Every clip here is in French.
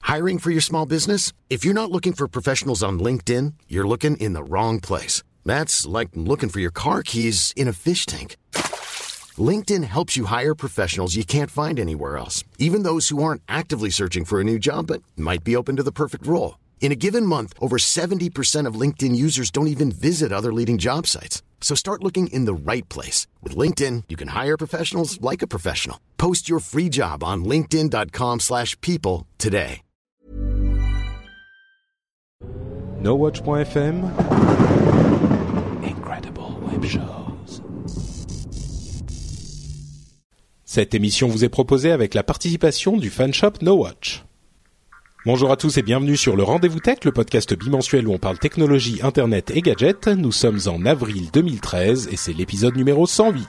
Hiring for your small business? If you're not looking for professionals on LinkedIn, you're looking in the wrong place. That's like looking for your car keys in a fish tank. LinkedIn helps you hire professionals you can't find anywhere else, even those who aren't actively searching for a new job but might be open to the perfect role. In a given month, over 70% of LinkedIn users don't even visit other leading job sites. So start looking in the right place. With LinkedIn, you can hire professionals like a professional. Post your free job on linkedin.com/people today. NoWatch.fm Incredible Web Shows. Cette émission vous est proposée avec la participation du fanshop NoWatch. Bonjour à tous et bienvenue sur le Rendez-vous Tech, le podcast bimensuel où on parle technologie, internet et gadgets. Nous sommes en avril 2013 et c'est l'épisode numéro 108.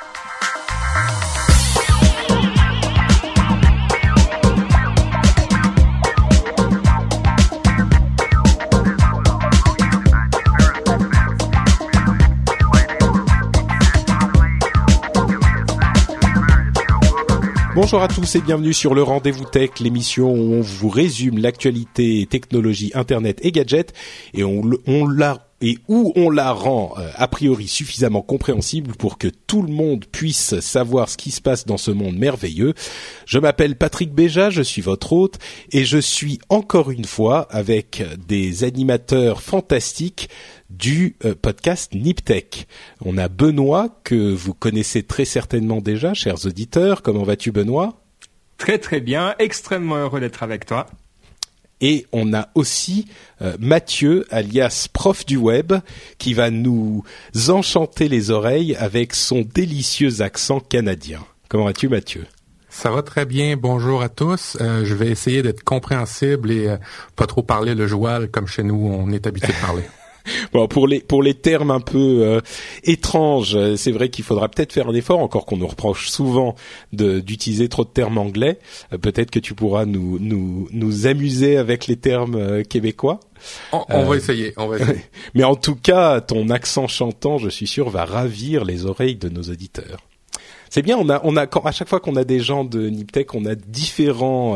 Bonjour à tous et bienvenue sur le Rendez-vous Tech, l'émission où on vous résume l'actualité, technologie, internet et gadgets et où on la rend a priori suffisamment compréhensible pour que tout le monde puisse savoir ce qui se passe dans ce monde merveilleux. Je m'appelle Patrick Béja, je suis votre hôte et je suis encore une fois avec des animateurs fantastiques du podcast Niptech. On a Benoît, que vous connaissez très certainement déjà, chers auditeurs. Comment vas-tu, Benoît ? Très très bien, extrêmement heureux d'être avec toi. Et on a aussi Mathieu, alias Prof du Web, qui va nous enchanter les oreilles avec son délicieux accent canadien. Comment vas-tu, Mathieu ? Ça va très bien, bonjour à tous. Je vais essayer d'être compréhensible et pas trop parler le joual comme chez nous on est habitué de parler. Bon, pour les termes un peu étranges, c'est vrai qu'il faudra peut-être faire un effort, encore qu'on nous reproche souvent d'utiliser trop de termes anglais. Peut-être que tu pourras nous amuser avec les termes québécois. On va essayer. Mais en tout cas, ton accent chantant, je suis sûr, va ravir les oreilles de nos auditeurs. C'est bien, on a à chaque fois qu'on a des gens de Niptech, on a différents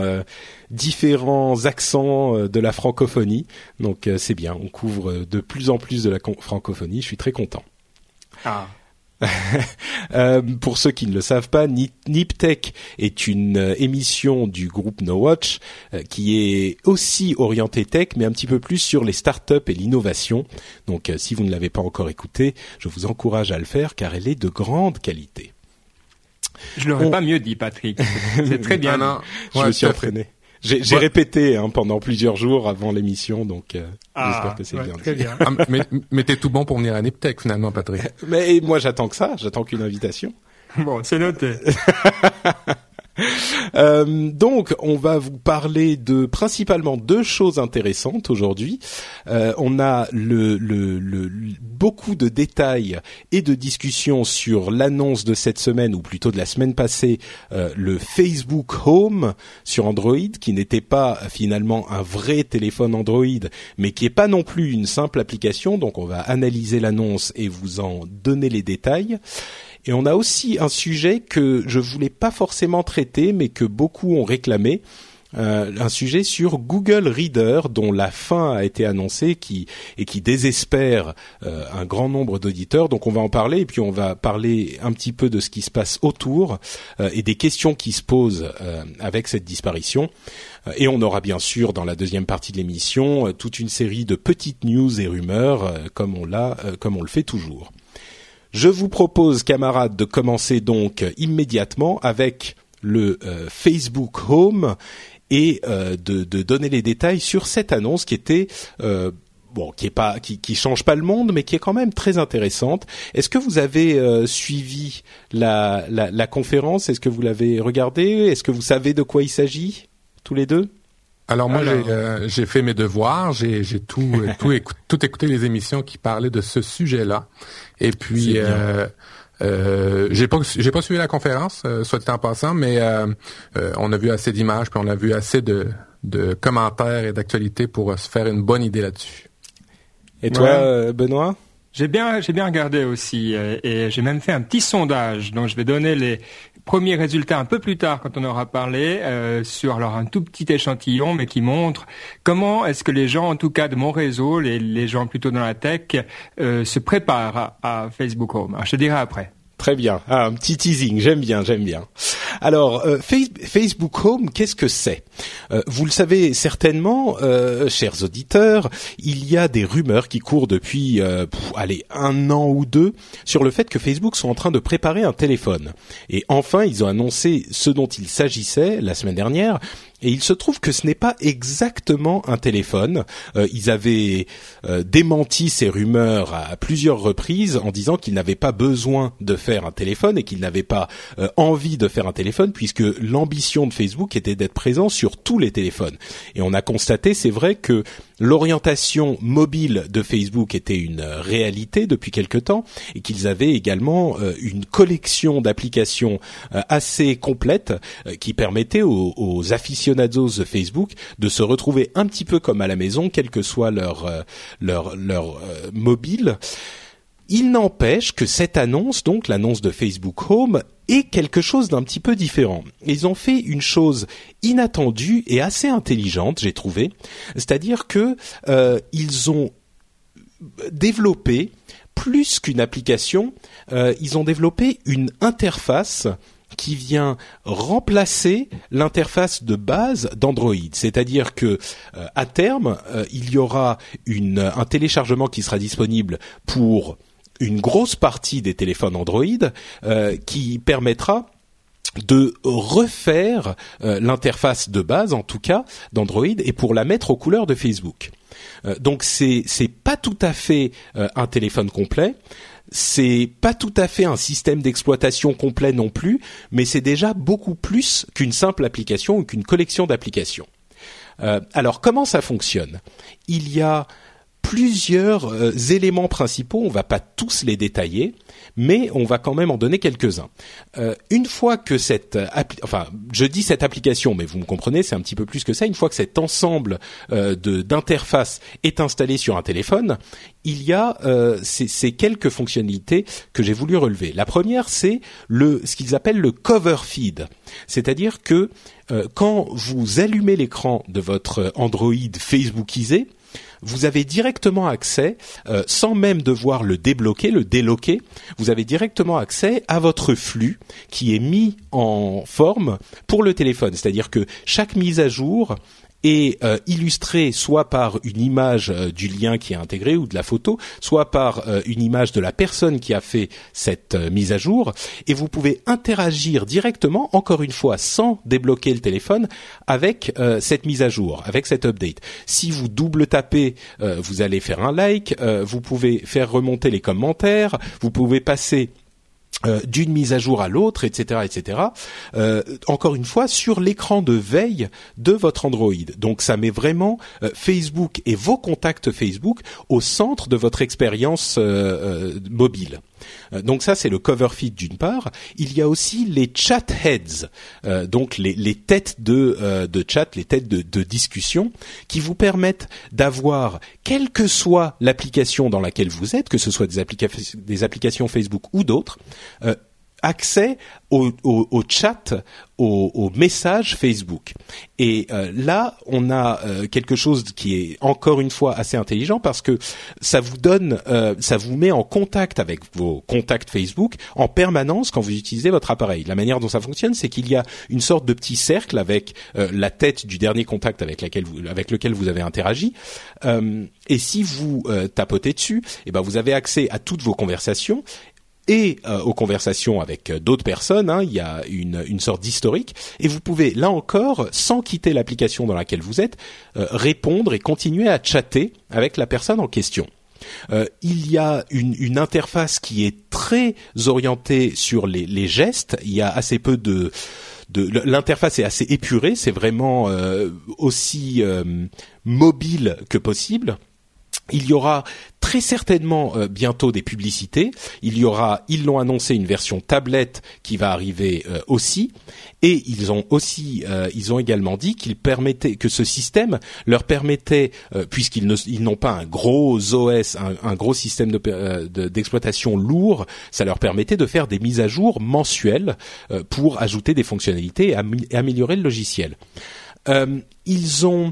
accents de la francophonie. Donc c'est bien, on couvre de plus en plus de la francophonie, je suis très content. Ah. Pour ceux qui ne le savent pas, Niptech est une émission du groupe NoWatch qui est aussi orientée tech, mais un petit peu plus sur les startups et l'innovation. Donc si vous ne l'avez pas encore écoutée, je vous encourage à le faire car elle est de grande qualité. Je l'aurais pas mieux dit, Patrick. C'est très bien. Non. Je me suis entraîné. J'ai répété pendant plusieurs jours avant l'émission, donc j'espère que c'est bien. Très bien. Mais t'es tout bon pour venir à Niptech finalement, Patrick. Mais moi j'attends qu'une invitation. Bon, c'est noté. Donc, on va vous parler de principalement deux choses intéressantes aujourd'hui. On a beaucoup de détails et de discussions sur l'annonce de cette semaine, ou plutôt de la semaine passée, le Facebook Home sur Android, qui n'était pas finalement un vrai téléphone Android, mais qui est pas non plus une simple application. Donc, on va analyser l'annonce et vous en donner les détails. Et on a aussi un sujet que je voulais pas forcément traiter, mais que beaucoup ont réclamé, un sujet sur Google Reader, dont la fin a été annoncée, qui désespère un grand nombre d'auditeurs. Donc on va en parler, et puis on va parler un petit peu de ce qui se passe autour et des questions qui se posent avec cette disparition. Et on aura bien sûr dans la deuxième partie de l'émission toute une série de petites news et rumeurs, comme on le fait toujours. Je vous propose, camarades, de commencer donc immédiatement avec le Facebook Home et de donner les détails sur cette annonce qui était qui change pas le monde, mais qui est quand même très intéressante. Est-ce que vous avez suivi la conférence ? Est-ce que vous l'avez regardée ? Est-ce que vous savez de quoi il s'agit, tous les deux ? Alors moi j'ai fait mes devoirs, j'ai tout écouté les émissions qui parlaient de ce sujet-là. Et puis j'ai pas suivi la conférence, soit dit en passant, mais on a vu assez d'images, puis on a vu assez de commentaires et d'actualités pour se faire une bonne idée là-dessus. Et toi, Benoît ? J'ai bien regardé aussi et j'ai même fait un petit sondage. Donc je vais donner les premiers résultats un peu plus tard quand on aura parlé sur alors un tout petit échantillon mais qui montre comment est-ce que les gens, en tout cas de mon réseau, les gens plutôt dans la tech, se préparent à Facebook Home. Alors, je te dirai après. Très bien. Un petit teasing. J'aime bien. Alors, Facebook Home, qu'est-ce que c'est ? Vous le savez certainement, chers auditeurs, il y a des rumeurs qui courent depuis, 1 an ou 2 sur le fait que Facebook sont en train de préparer un téléphone. Et enfin, ils ont annoncé ce dont il s'agissait la semaine dernière. Et il se trouve que ce n'est pas exactement un téléphone. Ils avaient démenti ces rumeurs à plusieurs reprises en disant qu'ils n'avaient pas besoin de faire un téléphone et qu'ils n'avaient pas envie de faire un téléphone puisque l'ambition de Facebook était d'être présent sur tous les téléphones. Et on a constaté, c'est vrai, que l'orientation mobile de Facebook était une réalité depuis quelque temps et qu'ils avaient également une collection d'applications assez complète qui permettait aux aficionados de Facebook de se retrouver un petit peu comme à la maison, quel que soit leur mobile. Il n'empêche que cette annonce, donc l'annonce de Facebook Home, est quelque chose d'un petit peu différent. Ils ont fait une chose inattendue et assez intelligente, j'ai trouvé. C'est-à-dire que ils ont développé plus qu'une application, ils ont développé une interface qui vient remplacer l'interface de base d'Android. C'est-à-dire que à terme, il y aura un téléchargement qui sera disponible pour une grosse partie des téléphones Android qui permettra de refaire l'interface de base, en tout cas, d'Android et pour la mettre aux couleurs de Facebook. Donc c'est pas tout à fait un téléphone complet. C'est pas tout à fait un système d'exploitation complet non plus, mais c'est déjà beaucoup plus qu'une simple application ou qu'une collection d'applications. Alors comment ça fonctionne ? Il y a plusieurs éléments principaux, on va pas tous les détailler, mais on va quand même en donner quelques-uns. Une fois que je dis cette application, mais vous me comprenez, c'est un petit peu plus que ça. Une fois que cet ensemble d'interfaces est installé sur un téléphone, il y a ces quelques fonctionnalités que j'ai voulu relever. La première, c'est ce qu'ils appellent le cover feed, c'est-à-dire que quand vous allumez l'écran de votre Android Facebookisé, vous avez directement accès, sans même devoir le débloquer, le déloquer, vous avez directement accès à votre flux qui est mis en forme pour le téléphone. C'est-à-dire que chaque mise à jour est illustrée soit par une image du lien qui est intégré ou de la photo, soit par une image de la personne qui a fait cette mise à jour, et vous pouvez interagir directement, encore une fois, sans débloquer le téléphone, avec cette mise à jour, avec cette update. Si vous double tapez, vous allez faire un like, vous pouvez faire remonter les commentaires, vous pouvez passer d'une mise à jour à l'autre, etc., etc. Encore une fois, sur l'écran de veille de votre Android. Donc, ça met vraiment Facebook et vos contacts Facebook au centre de votre expérience mobile. Donc ça, c'est le cover feed d'une part. Il y a aussi les chat heads, donc les têtes de chat, les têtes de discussion, qui vous permettent d'avoir, quelle que soit l'application dans laquelle vous êtes, que ce soit des applications Facebook ou d'autres, accès au chat, au message Facebook. Et là, on a quelque chose qui est encore une fois assez intelligent parce que ça vous met en contact avec vos contacts Facebook en permanence quand vous utilisez votre appareil. La manière dont ça fonctionne, c'est qu'il y a une sorte de petit cercle avec la tête du dernier contact avec lequel vous avez interagi. Et si vous tapotez dessus, vous avez accès à toutes vos conversations et aux conversations avec d'autres personnes, il y a une sorte d'historique, et vous pouvez, là encore, sans quitter l'application dans laquelle vous êtes, répondre et continuer à chatter avec la personne en question. Il y a une interface qui est très orientée sur les gestes, il y a assez peu l'interface est assez épurée, c'est vraiment aussi mobile que possible. Il y aura très certainement bientôt des publicités. Ils l'ont annoncé, une version tablette qui va arriver aussi. Et ils ont également dit que ce système leur permettait, puisqu'ils n'ont pas un gros OS, un gros système d'exploitation lourd, ça leur permettait de faire des mises à jour mensuelles pour ajouter des fonctionnalités et améliorer le logiciel. Ils ont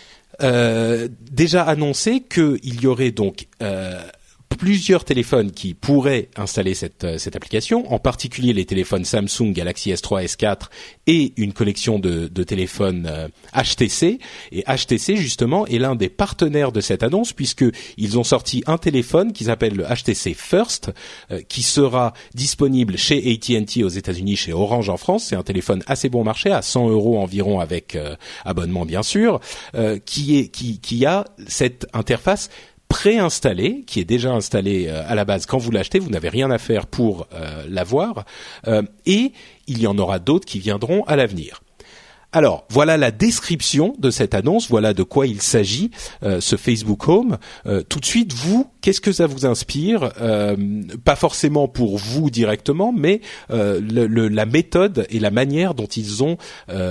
déjà annoncé qu'il y aurait donc plusieurs téléphones qui pourraient installer cette application, en particulier les téléphones Samsung Galaxy S3, S4 et une collection de téléphones HTC. Et HTC justement est l'un des partenaires de cette annonce, puisque ils ont sorti un téléphone qui s'appelle le HTC First, qui sera disponible chez AT&T aux États-Unis, chez Orange en France. C'est un téléphone assez bon marché, à 100 € environ avec abonnement bien sûr, qui a cette interface préinstallé, qui est déjà installé à la base quand vous l'achetez, vous n'avez rien à faire pour l'avoir, et il y en aura d'autres qui viendront à l'avenir. Alors, voilà la description de cette annonce, voilà de quoi il s'agit, ce Facebook Home. Tout de suite, vous, qu'est-ce que ça vous inspire ? Pas forcément pour vous directement, mais la méthode et la manière dont ils ont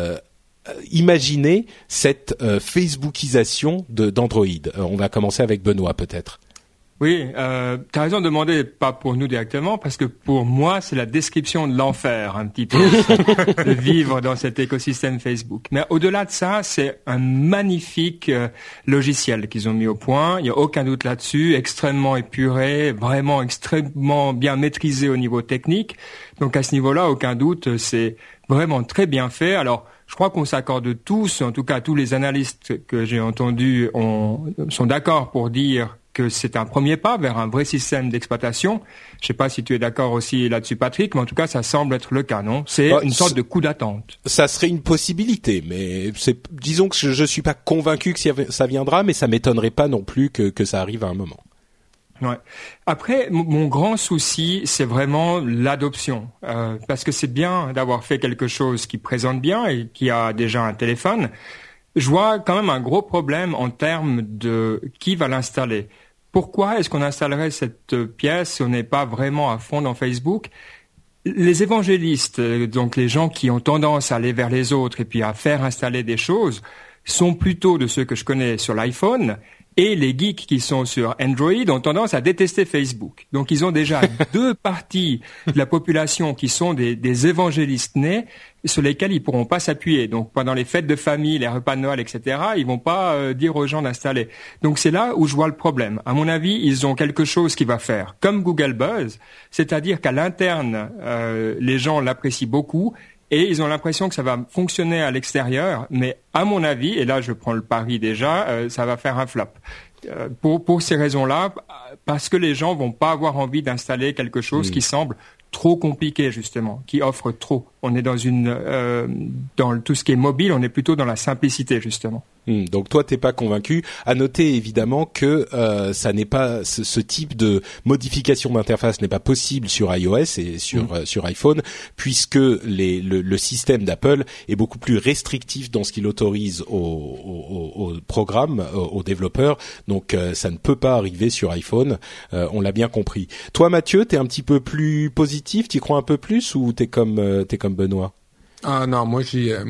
imaginer cette Facebookisation d'Android. On va commencer avec Benoît peut-être. Oui, tu as raison de demander, pas pour nous directement, parce que pour moi, c'est la description de l'enfer, un petit peu, de vivre dans cet écosystème Facebook. Mais au-delà de ça, c'est un magnifique logiciel qu'ils ont mis au point, il n'y a aucun doute là-dessus, extrêmement épuré, vraiment extrêmement bien maîtrisé au niveau technique. Donc à ce niveau-là, aucun doute, c'est vraiment très bien fait. Alors, je crois qu'on s'accorde tous, en tout cas tous les analystes que j'ai entendus sont d'accord pour dire que c'est un premier pas vers un vrai système d'exploitation. Je sais pas si tu es d'accord aussi là-dessus, Patrick, mais en tout cas, ça semble être le cas, non ? C'est une sorte de coup d'attente. Ça serait une possibilité, mais disons que je suis pas convaincu que ça viendra, mais ça m'étonnerait pas non plus que ça arrive à un moment. Ouais. Après, mon grand souci, c'est vraiment l'adoption, parce que c'est bien d'avoir fait quelque chose qui présente bien et qui a déjà un téléphone. Je vois quand même un gros problème en termes de qui va l'installer. Pourquoi est-ce qu'on installerait cette pièce si on n'est pas vraiment à fond dans Facebook ? Les évangélistes, donc les gens qui ont tendance à aller vers les autres et puis à faire installer des choses, sont plutôt de ceux que je connais sur l'iPhone. Et les geeks qui sont sur Android ont tendance à détester Facebook. Donc ils ont déjà deux parties de la population qui sont des évangélistes nés sur lesquels ils pourront pas s'appuyer. Donc pendant les fêtes de famille, les repas de Noël, etc., ils vont pas dire aux gens d'installer. Donc c'est là où je vois le problème. À mon avis, ils ont quelque chose qui va faire comme Google Buzz, c'est-à-dire qu'à l'interne, les gens l'apprécient beaucoup. Et ils ont l'impression que ça va fonctionner à l'extérieur, mais à mon avis, et là je prends le pari déjà, ça va faire un flop. Pour ces raisons-là, parce que les gens vont pas avoir envie d'installer quelque chose qui semble trop compliqué justement, qui offre trop. On est dans dans tout ce qui est mobile, on est plutôt dans la simplicité justement. Donc toi t'es pas convaincu. À noter évidemment que ça n'est pas ce type de modification d'interface n'est pas possible sur iOS et sur iPhone, puisque le système d'Apple est beaucoup plus restrictif dans ce qu'il autorise aux programmes, aux développeurs. Donc ça ne peut pas arriver sur iPhone. On l'a bien compris. Toi Mathieu, t'es un petit peu plus positif, t'y crois un peu plus ou t'es comme Benoît? Ah non, moi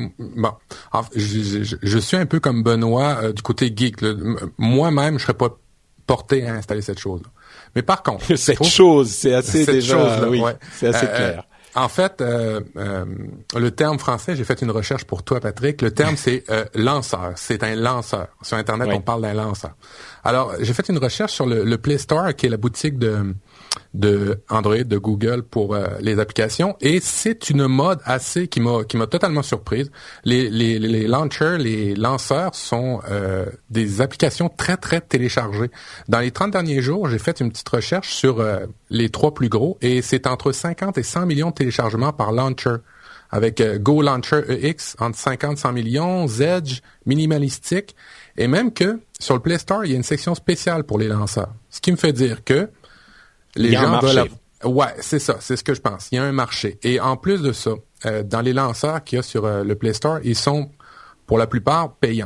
je suis un peu comme Benoît du côté geek. Là. Moi-même, je serais pas porté à installer cette chose-là. Mais par contre, c'est assez clair. En fait, le terme français, j'ai fait une recherche pour toi, Patrick. Le terme, c'est lanceur. C'est un lanceur. Sur Internet, on parle d'un lanceur. Alors, j'ai fait une recherche sur le Play Store, qui est la boutique de Android, de Google pour les applications, et c'est une mode qui m'a totalement surprise. Les launchers, les lanceurs sont des applications très très téléchargées. Dans les 30 derniers jours, j'ai fait une petite recherche sur les 3 plus gros, et c'est entre 50 et 100 millions de téléchargements par launcher, avec Go Launcher EX entre 50 et 100 millions, Zedge, minimalistique, et même que sur le Play Store, il y a une section spéciale pour les lanceurs. Ce qui me fait dire que les gens veulent... Ouais, c'est ça, c'est ce que je pense. Il y a un marché. Et en plus de ça, dans les lanceurs qu'il y a sur le Play Store, ils sont pour la plupart payants.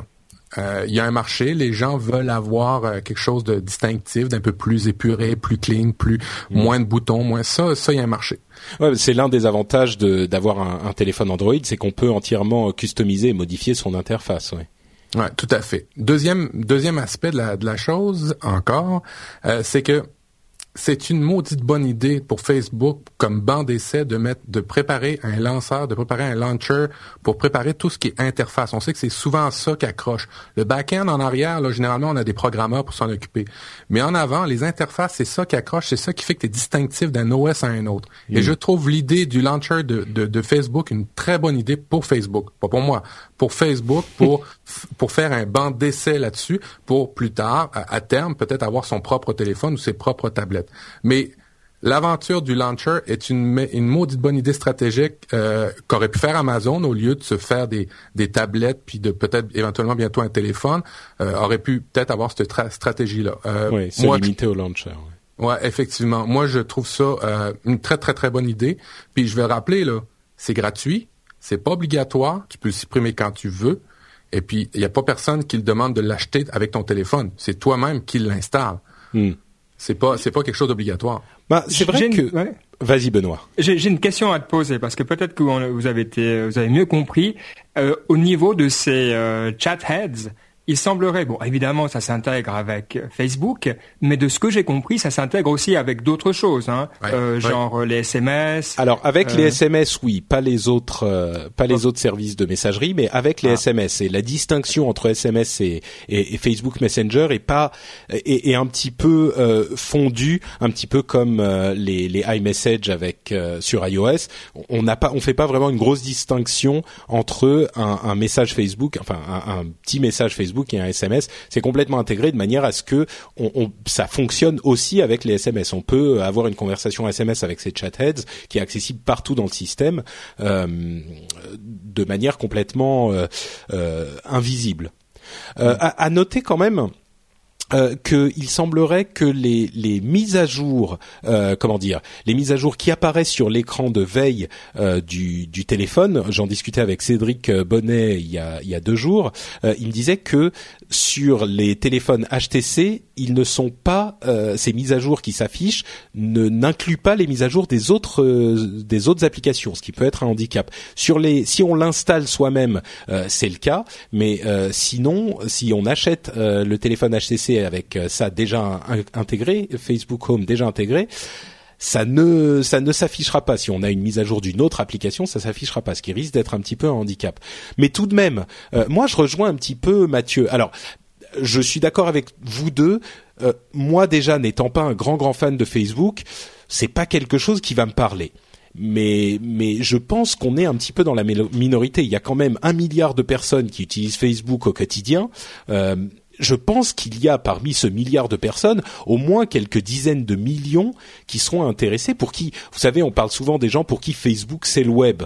il y a un marché, les gens veulent avoir quelque chose de distinctif, d'un peu plus épuré, plus clean, moins de boutons, moins ça, il y a un marché. Ouais, c'est l'un des avantages d'avoir un téléphone Android, c'est qu'on peut entièrement customiser et modifier son interface, ouais. Ouais, tout à fait. Deuxième aspect de la chose encore, c'est que c'est une maudite bonne idée pour Facebook comme banc d'essai de préparer un lanceur, de préparer un launcher pour préparer tout ce qui est interface. On sait que c'est souvent ça qui accroche. Le back-end en arrière, là, généralement, on a des programmeurs pour s'en occuper. Mais en avant, les interfaces, c'est ça qui accroche, c'est ça qui fait que tu es distinctif d'un OS à un autre. Et je trouve l'idée du launcher de Facebook une très bonne idée pour Facebook. Pas pour moi. Pour Facebook, pour faire un banc d'essai là-dessus, pour plus tard, à terme, peut-être avoir son propre téléphone ou ses propres tablettes. Mais l'aventure du launcher est une maudite bonne idée stratégique qu'aurait pu faire Amazon au lieu de se faire des tablettes puis de peut-être éventuellement bientôt un téléphone, aurait pu peut-être avoir cette stratégie-là. Oui, se limiter au launcher. Ouais, effectivement. Moi, je trouve ça une très, très, très bonne idée. Puis je vais rappeler, là, c'est gratuit, c'est pas obligatoire, tu peux le supprimer quand tu veux. Et puis, il n'y a pas personne qui le demande de l'acheter avec ton téléphone. C'est toi-même qui l'installe. C'est pas quelque chose d'obligatoire. Bah, c'est vrai que... Ouais. Vas-y, Benoît. J'ai une question à te poser, parce que peut-être que vous avez mieux compris. Au niveau de ces chat heads, il semblerait, bon, évidemment, ça s'intègre avec Facebook, mais de ce que j'ai compris, ça s'intègre aussi avec d'autres choses, hein, genre les SMS. Alors, avec les SMS, oui, pas les autres services de messagerie, mais avec les SMS. Et la distinction entre SMS et Facebook Messenger est un petit peu fondue, un petit peu comme les iMessage sur iOS. On fait pas vraiment une grosse distinction entre un message Facebook, enfin un petit message Facebook et un SMS, c'est complètement intégré de manière à ce que ça fonctionne aussi avec les SMS. On peut avoir une conversation SMS avec ces chatheads qui est accessible partout dans le système de manière complètement invisible. À noter quand même qu'il semblerait que les mises à jour, les mises à jour qui apparaissent sur l'écran de veille du téléphone, j'en discutais avec Cédric Bonnet il y a 2 jours, il me disait que sur les téléphones HTC, ils ne sont pas ces mises à jour qui s'affichent n'incluent pas les mises à jour des autres applications, ce qui peut être un handicap. Si on l'installe soi-même, c'est le cas, mais sinon, si on achète le téléphone HTC avec ça déjà intégré, Facebook Home déjà intégré, ça ne s'affichera pas. Si on a une mise à jour d'une autre application, ça s'affichera pas, ce qui risque d'être un petit peu un handicap. Mais tout de même, moi je rejoins un petit peu Mathieu. Alors, je suis d'accord avec vous deux. Moi déjà, n'étant pas un grand fan de Facebook, c'est pas quelque chose qui va me parler. Mais je pense qu'on est un petit peu dans la minorité. Il y a quand même 1 milliard de personnes qui utilisent Facebook au quotidien. Je pense qu'il y a parmi ce milliard de personnes au moins quelques dizaines de millions qui seront intéressés, pour qui, vous savez, on parle souvent des gens pour qui Facebook c'est le web.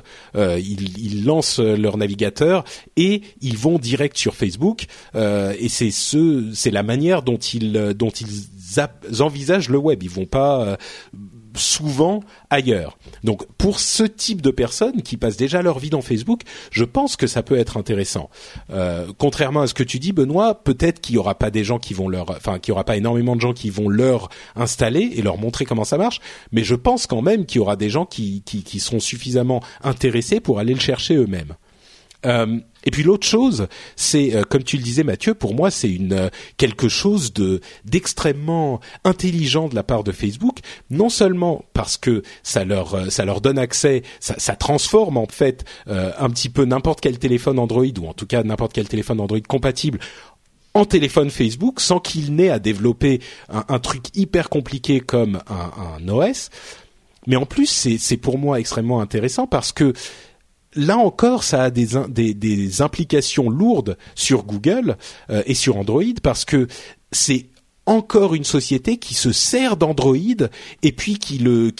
Ils lancent leur navigateur et ils vont direct sur Facebook, et c'est la manière dont ils envisagent le web. Ils vont pas souvent ailleurs. Donc pour ce type de personnes qui passent déjà leur vie dans Facebook, je pense que ça peut être intéressant. Contrairement à ce que tu dis, Benoît, peut-être qu'il y aura pas des gens qu'il y aura pas énormément de gens qui vont leur installer et leur montrer comment ça marche, mais je pense quand même qu'il y aura des gens qui seront suffisamment intéressés pour aller le chercher eux-mêmes. Et puis l'autre chose, c'est comme tu le disais Mathieu, pour moi c'est quelque chose d'extrêmement intelligent de la part de Facebook, non seulement parce que ça leur donne accès, ça transforme en fait un petit peu n'importe quel téléphone Android, ou en tout cas n'importe quel téléphone Android compatible, en téléphone Facebook, sans qu'il n'ait à développer un truc hyper compliqué comme un OS. Mais en plus c'est pour moi extrêmement intéressant parce que là encore, ça a des implications lourdes sur Google et sur Android, parce que c'est encore une société qui se sert d'Android et puis qui le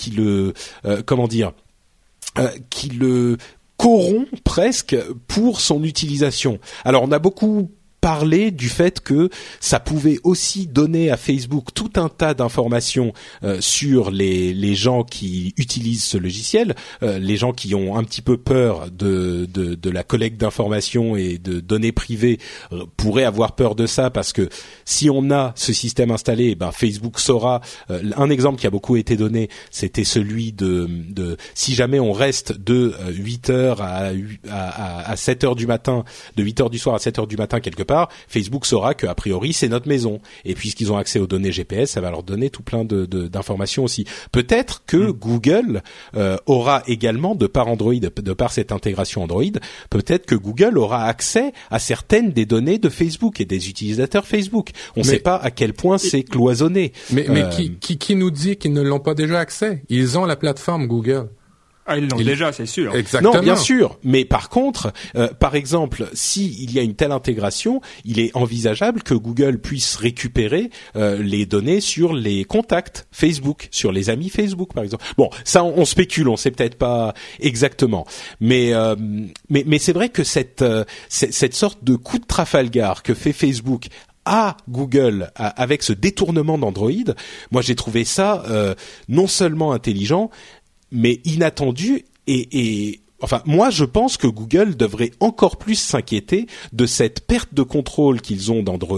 corrompt presque pour son utilisation. Alors on a beaucoup parlé du fait que ça pouvait aussi donner à Facebook tout un tas d'informations sur les gens qui utilisent ce logiciel, les gens qui ont un petit peu peur de la collecte d'informations et de données privées pourraient avoir peur de ça, parce que si on a ce système installé, Facebook saura. Un exemple qui a beaucoup été donné, c'était celui de si jamais on reste de 8h à 7h du matin, de 8h du soir à 7h du matin quelque part, Facebook saura que a priori c'est notre maison, et puisqu'ils ont accès aux données GPS, ça va leur donner tout plein d'informations aussi. Peut-être que Google aura également, de par Android, de par cette intégration Android, peut-être que Google aura accès à certaines des données de Facebook et des utilisateurs Facebook. On ne sait pas à quel point c'est cloisonné. Mais qui nous dit qu'ils ne l'ont pas déjà accès? Ils ont la plateforme Google. Ah, ils l'ont déjà, c'est sûr. Exactement. Non, bien sûr. Mais par contre, par exemple, s'il y a une telle intégration, il est envisageable que Google puisse récupérer les données sur les contacts Facebook, sur les amis Facebook, par exemple. Bon, ça, on spécule, on sait peut-être pas exactement. Mais c'est vrai que cette sorte de coup de Trafalgar que fait Facebook à Google avec ce détournement d'Android, moi j'ai trouvé ça non seulement intelligent, mais inattendu et enfin moi je pense que Google devrait encore plus s'inquiéter de cette perte de contrôle qu'ils ont d'Android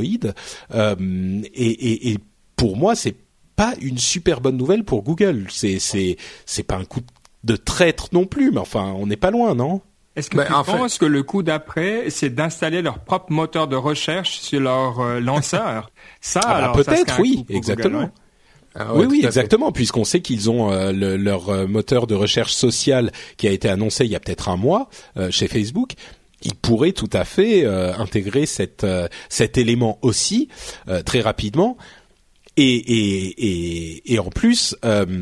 et pour moi c'est pas une super bonne nouvelle pour Google, c'est pas un coup de traître non plus, mais enfin on n'est pas loin, non? Est-ce que tu penses que le coup d'après, c'est d'installer leur propre moteur de recherche sur leur lanceur? Ça, alors, peut-être, ça oui, exactement. Google, ouais. Ah ouais, oui, exactement, puisqu'on sait qu'ils ont leur moteur de recherche sociale qui a été annoncé il y a peut-être un mois chez Facebook. Ils pourraient tout à fait intégrer cet élément aussi très rapidement. Et en plus,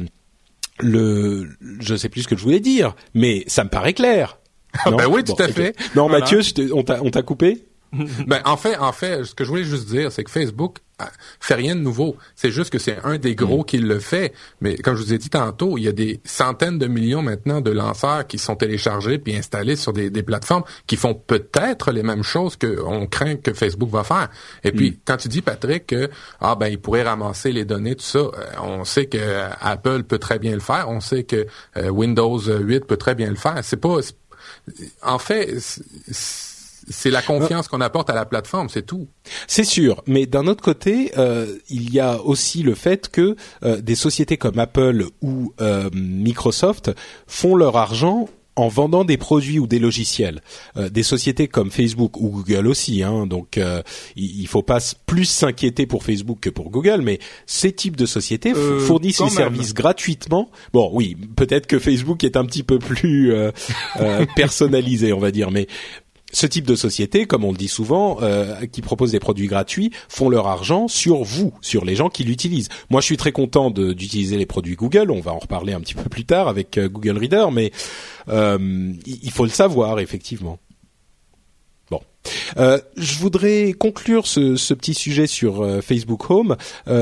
je sais plus ce que je voulais dire, mais ça me paraît clair. Non? Ben oui, tout à fait. Non, voilà. Mathieu, on t'a coupé? Ben en fait, ce que je voulais juste dire, c'est que Facebook fait rien de nouveau. C'est juste que c'est un des gros qui le fait. Mais comme je vous ai dit tantôt, il y a des centaines de millions maintenant de lanceurs qui sont téléchargés puis installés sur des plateformes qui font peut-être les mêmes choses qu'on craint que Facebook va faire. Et puis, quand tu dis, Patrick, que il pourrait ramasser les données, tout ça, on sait que Apple peut très bien le faire. On sait que Windows 8 peut très bien le faire. En fait, c'est la confiance qu'on apporte à la plateforme, c'est tout. C'est sûr, mais d'un autre côté, il y a aussi le fait que des sociétés comme Apple ou Microsoft font leur argent en vendant des produits ou des logiciels. Des sociétés comme Facebook ou Google aussi, donc il faut pas plus s'inquiéter pour Facebook que pour Google, mais ces types de sociétés fournissent les services gratuitement. Bon, oui, peut-être que Facebook est un petit peu plus personnalisé, on va dire, mais ce type de société, comme on le dit souvent, qui proposent des produits gratuits, font leur argent sur vous, sur les gens qui l'utilisent. Moi, je suis très content d'utiliser les produits Google. On va en reparler un petit peu plus tard avec Google Reader, mais il faut le savoir, effectivement. Bon. Je voudrais conclure ce petit sujet sur Facebook Home.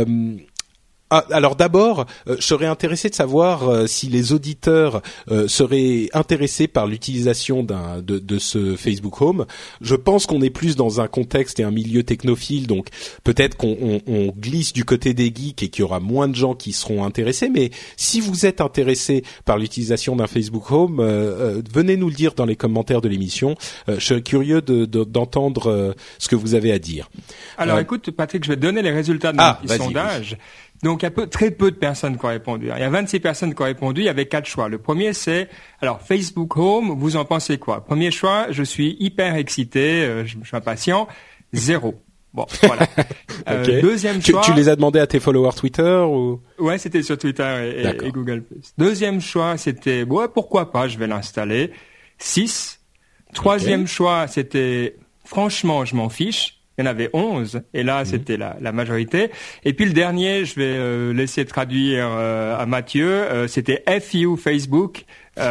Alors d'abord, je serais intéressé de savoir si les auditeurs seraient intéressés par l'utilisation de ce Facebook Home. Je pense qu'on est plus dans un contexte et un milieu technophile, donc peut-être qu'on glisse du côté des geeks et qu'il y aura moins de gens qui seront intéressés. Mais si vous êtes intéressés par l'utilisation d'un Facebook Home, venez nous le dire dans les commentaires de l'émission. Je suis curieux d'entendre ce que vous avez à dire. Alors écoute, Patrick, je vais te donner les résultats de mon petit sondage. Oui. Donc, il y a très peu de personnes qui ont répondu. Il y a 26 personnes qui ont répondu. Il y avait 4 choix. Le premier, c'est, alors, Facebook Home, vous en pensez quoi? Premier choix, je suis hyper excité, je suis impatient. 0. Bon, voilà. Okay. Deuxième choix. Tu les as demandé à tes followers Twitter ou? Ouais, c'était sur Twitter et Google+. Deuxième choix, c'était, pourquoi pas, je vais l'installer. 6. Troisième choix, c'était, franchement, je m'en fiche. Il y en avait 11, et là, c'était la majorité. Et puis le dernier, je vais laisser traduire à Mathieu, c'était FU Facebook.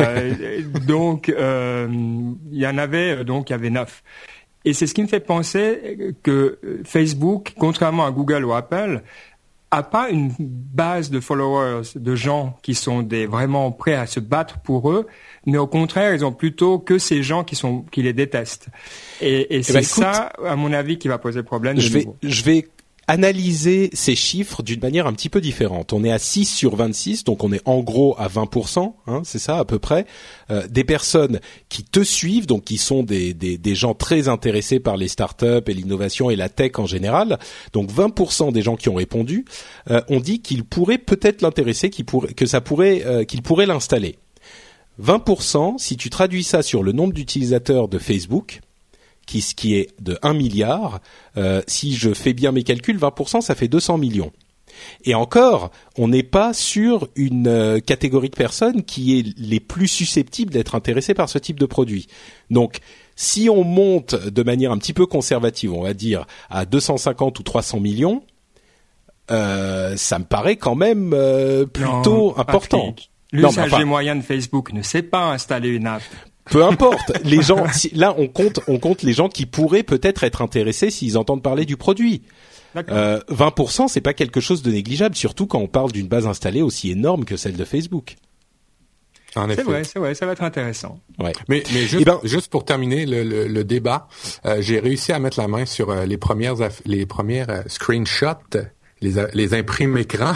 Donc, il y avait 9. Et c'est ce qui me fait penser que Facebook, contrairement à Google ou Apple, a pas une base de followers, de gens qui sont vraiment prêts à se battre pour eux, mais au contraire, ils ont plutôt que ces gens qui les détestent. Et c'est ça, à mon avis, qui va poser problème. Je vais analyser ces chiffres d'une manière un petit peu différente. On est à 6 sur 26, donc on est en gros à 20%, c'est ça à peu près, des personnes qui te suivent, donc qui sont des gens très intéressés par les startups et l'innovation et la tech en général. Donc 20% des gens qui ont répondu ont dit qu'ils pourraient peut-être l'intéresser, qu'il pourrait l'installer. 20%, si tu traduis ça sur le nombre d'utilisateurs de Facebook, qui est de 1 milliard, si je fais bien mes calculs, 20%, ça fait 200 millions. Et encore, on n'est pas sur une catégorie de personnes qui est les plus susceptibles d'être intéressées par ce type de produit. Donc, si on monte de manière un petit peu conservative, on va dire à 250 ou 300 millions, ça me paraît quand même plutôt important. L'usager moyen de Facebook ne sait pas installer une app. Peu importe, les gens. Là, on compte les gens qui pourraient peut-être être intéressés s'ils entendent parler du produit. 20%, c'est pas quelque chose de négligeable, surtout quand on parle d'une base installée aussi énorme que celle de Facebook. En effet. C'est vrai, ça va être intéressant. Ouais. Mais juste pour terminer le débat, j'ai réussi à mettre la main sur les premières screenshots. Les imprimes écran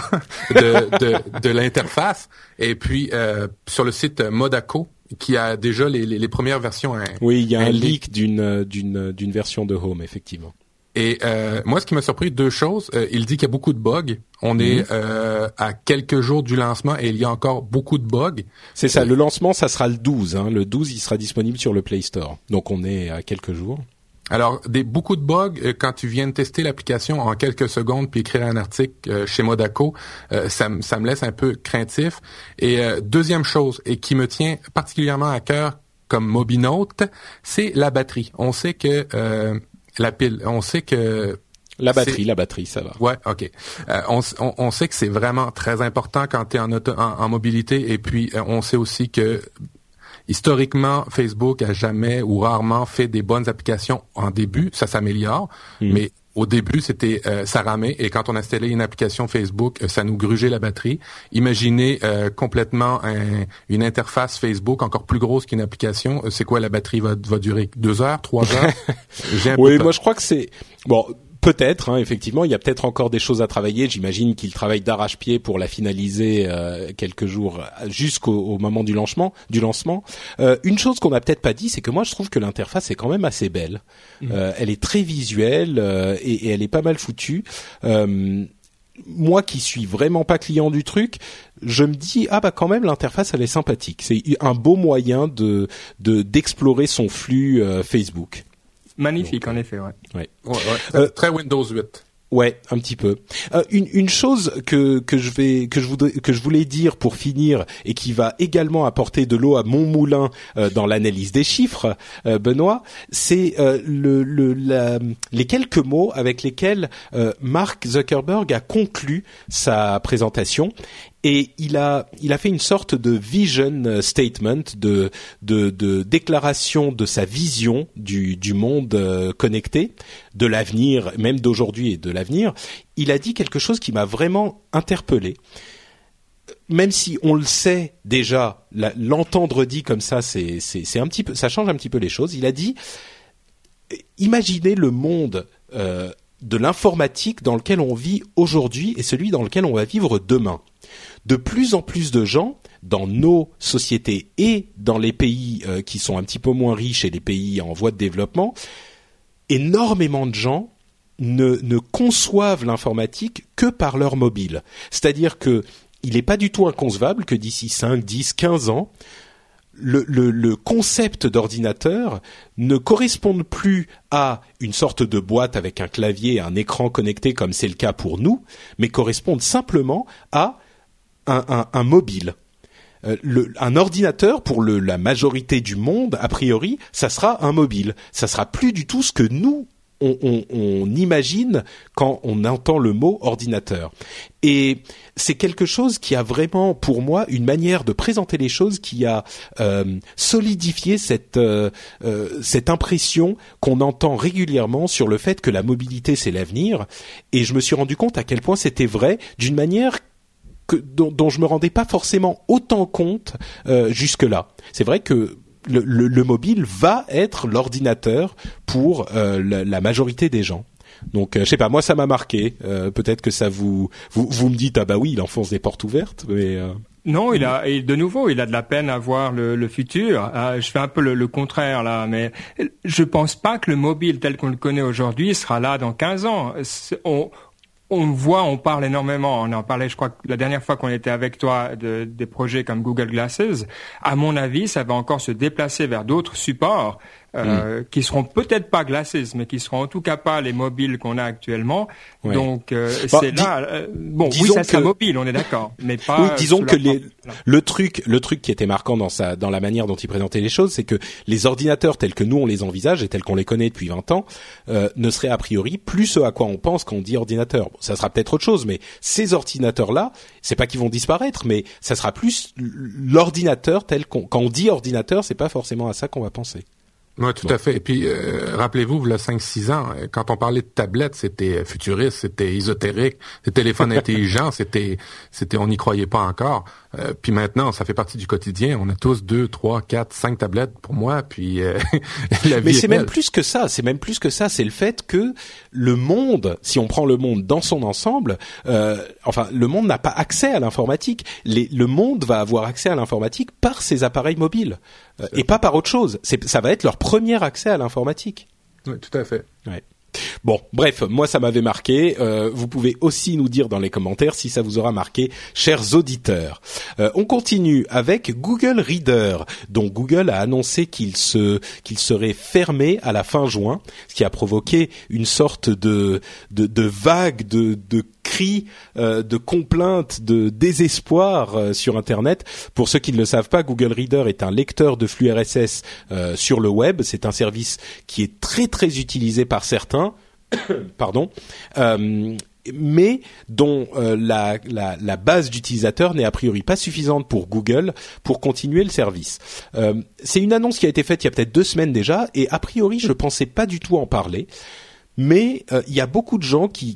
de l'interface, et puis sur le site Modaco qui a déjà les premières versions. Oui, il y a un leak d'une version de Home, effectivement. Et moi, ce qui m'a surpris, deux choses. Il dit qu'il y a beaucoup de bugs. On est à quelques jours du lancement et il y a encore beaucoup de bugs. C'est ça. Le lancement, ça sera le 12. Le 12, il sera disponible sur le Play Store. Donc, on est à quelques jours. Alors, beaucoup de bugs, quand tu viens de tester l'application en quelques secondes puis écrire un article chez Modaco, ça me laisse un peu craintif. Et deuxième chose, et qui me tient particulièrement à cœur comme Mobinote, c'est la batterie. On sait que la pile, on sait que la batterie, ça va. Ouais, ok. On sait que c'est vraiment très important quand tu es en mobilité, et puis on sait aussi que historiquement, Facebook a jamais ou rarement fait des bonnes applications en début. Ça s'améliore, mais au début, c'était ça ramait. Et quand on installait une application Facebook, ça nous grugeait la batterie. Imaginez complètement une interface Facebook encore plus grosse qu'une application. C'est quoi, la batterie va durer 2 heures, 3 heures? Oui, moi je crois que c'est bon. Peut-être, effectivement, il y a peut-être encore des choses à travailler. J'imagine qu'il travaille d'arrache-pied pour la finaliser quelques jours jusqu'au moment du lancement. Une chose qu'on n'a peut-être pas dit, c'est que moi je trouve que l'interface est quand même assez belle. Elle est très visuelle et elle est pas mal foutue. Moi qui suis vraiment pas client du truc, je me dis quand même l'interface elle est sympathique. C'est un beau moyen d'explorer son flux Facebook. Magnifique. Donc, en effet, ouais. Très Windows 8. Ouais, un petit peu. Une chose que je voulais dire pour finir et qui va également apporter de l'eau à mon moulin dans l'analyse des chiffres, Benoît, c'est les quelques mots avec lesquels Mark Zuckerberg a conclu sa présentation. Et il a fait une sorte de vision statement, de déclaration de sa vision du monde connecté, de l'avenir, même d'aujourd'hui et de l'avenir. Il a dit quelque chose qui m'a vraiment interpellé. Même si on le sait déjà, l'entendre dit comme ça, c'est un petit peu, ça change un petit peu les choses. Il a dit, imaginez le monde de l'informatique dans lequel on vit aujourd'hui et celui dans lequel on va vivre demain. De plus en plus de gens dans nos sociétés et dans les pays qui sont un petit peu moins riches et les pays en voie de développement, énormément de gens ne conçoivent l'informatique que par leur mobile. C'est-à-dire que il n'est pas du tout inconcevable que d'ici 5, 10, 15 ans, le concept d'ordinateur ne corresponde plus à une sorte de boîte avec un clavier et un écran connecté comme c'est le cas pour nous, mais corresponde simplement à un mobile. Un ordinateur, pour la majorité du monde, a priori, ça sera un mobile. Ça sera plus du tout ce que nous, on imagine quand on entend le mot ordinateur. Et c'est quelque chose qui a vraiment, pour moi, une manière de présenter les choses qui a solidifié cette impression qu'on entend régulièrement sur le fait que la mobilité c'est l'avenir. Et je me suis rendu compte à quel point c'était vrai d'une manière dont je me rendais pas forcément autant compte jusque-là. C'est vrai que le mobile va être l'ordinateur pour la majorité des gens. Donc je sais pas, moi ça m'a marqué. Peut-être que ça vous me dites ah bah oui, il enfonce des portes ouvertes, mais non, il a de la peine à voir le futur. Je fais un peu le contraire là, mais je pense pas que le mobile tel qu'on le connaît aujourd'hui sera là dans 15 ans. On parle énormément, on en parlait, je crois que la dernière fois qu'on était avec toi des projets comme Google Glasses. À mon avis, ça va encore se déplacer vers d'autres supports qui seront peut-être pas Glasses, mais qui seront en tout cas pas les mobiles qu'on a actuellement. Ouais. Donc c'est là. Oui, ça sera mobile, on est d'accord, mais pas. Oui, disons que le truc qui était marquant dans la manière dont il présentait les choses, c'est que les ordinateurs tels que nous on les envisage et tels qu'on les connaît depuis 20 ans ne seraient a priori plus ce à quoi on pense quand on dit ordinateur. Bon, ça sera peut-être autre chose, mais ces ordinateurs-là, c'est pas qu'ils vont disparaître, mais ça sera plus l'ordinateur tel quand on dit ordinateur, c'est pas forcément à ça qu'on va penser. Oui, tout à fait. Et puis, rappelez-vous, il y a 5-6 ans, quand on parlait de tablettes, c'était futuriste, c'était ésotérique, c'était téléphone intelligent, c'était, on n'y croyait pas encore. Puis maintenant, ça fait partie du quotidien. On a tous 2, 3, 4, 5 tablettes pour moi. Puis la vie. Mais c'est même plus que ça. C'est même plus que ça. C'est le fait que le monde, si on prend le monde dans son ensemble, le monde n'a pas accès à l'informatique. Le monde va avoir accès à l'informatique par ses appareils mobiles et pas par autre chose. Ça va être leur premier accès à l'informatique. Oui, tout à fait. Ouais. Bon, bref, moi ça m'avait marqué. Vous pouvez aussi nous dire dans les commentaires si ça vous aura marqué, chers auditeurs. On continue avec Google Reader, dont Google a annoncé qu'il serait fermé à la fin juin, ce qui a provoqué une sorte de vague de cris, de complaintes, de désespoir sur Internet. Pour ceux qui ne le savent pas, Google Reader est un lecteur de flux RSS sur le web. C'est un service qui est très très utilisé par certains. Pardon, mais dont la base d'utilisateurs n'est a priori pas suffisante pour Google pour continuer le service. C'est une annonce qui a été faite il y a peut-être 2 semaines déjà, et a priori je pensais pas du tout en parler. Mais il y a beaucoup de gens qui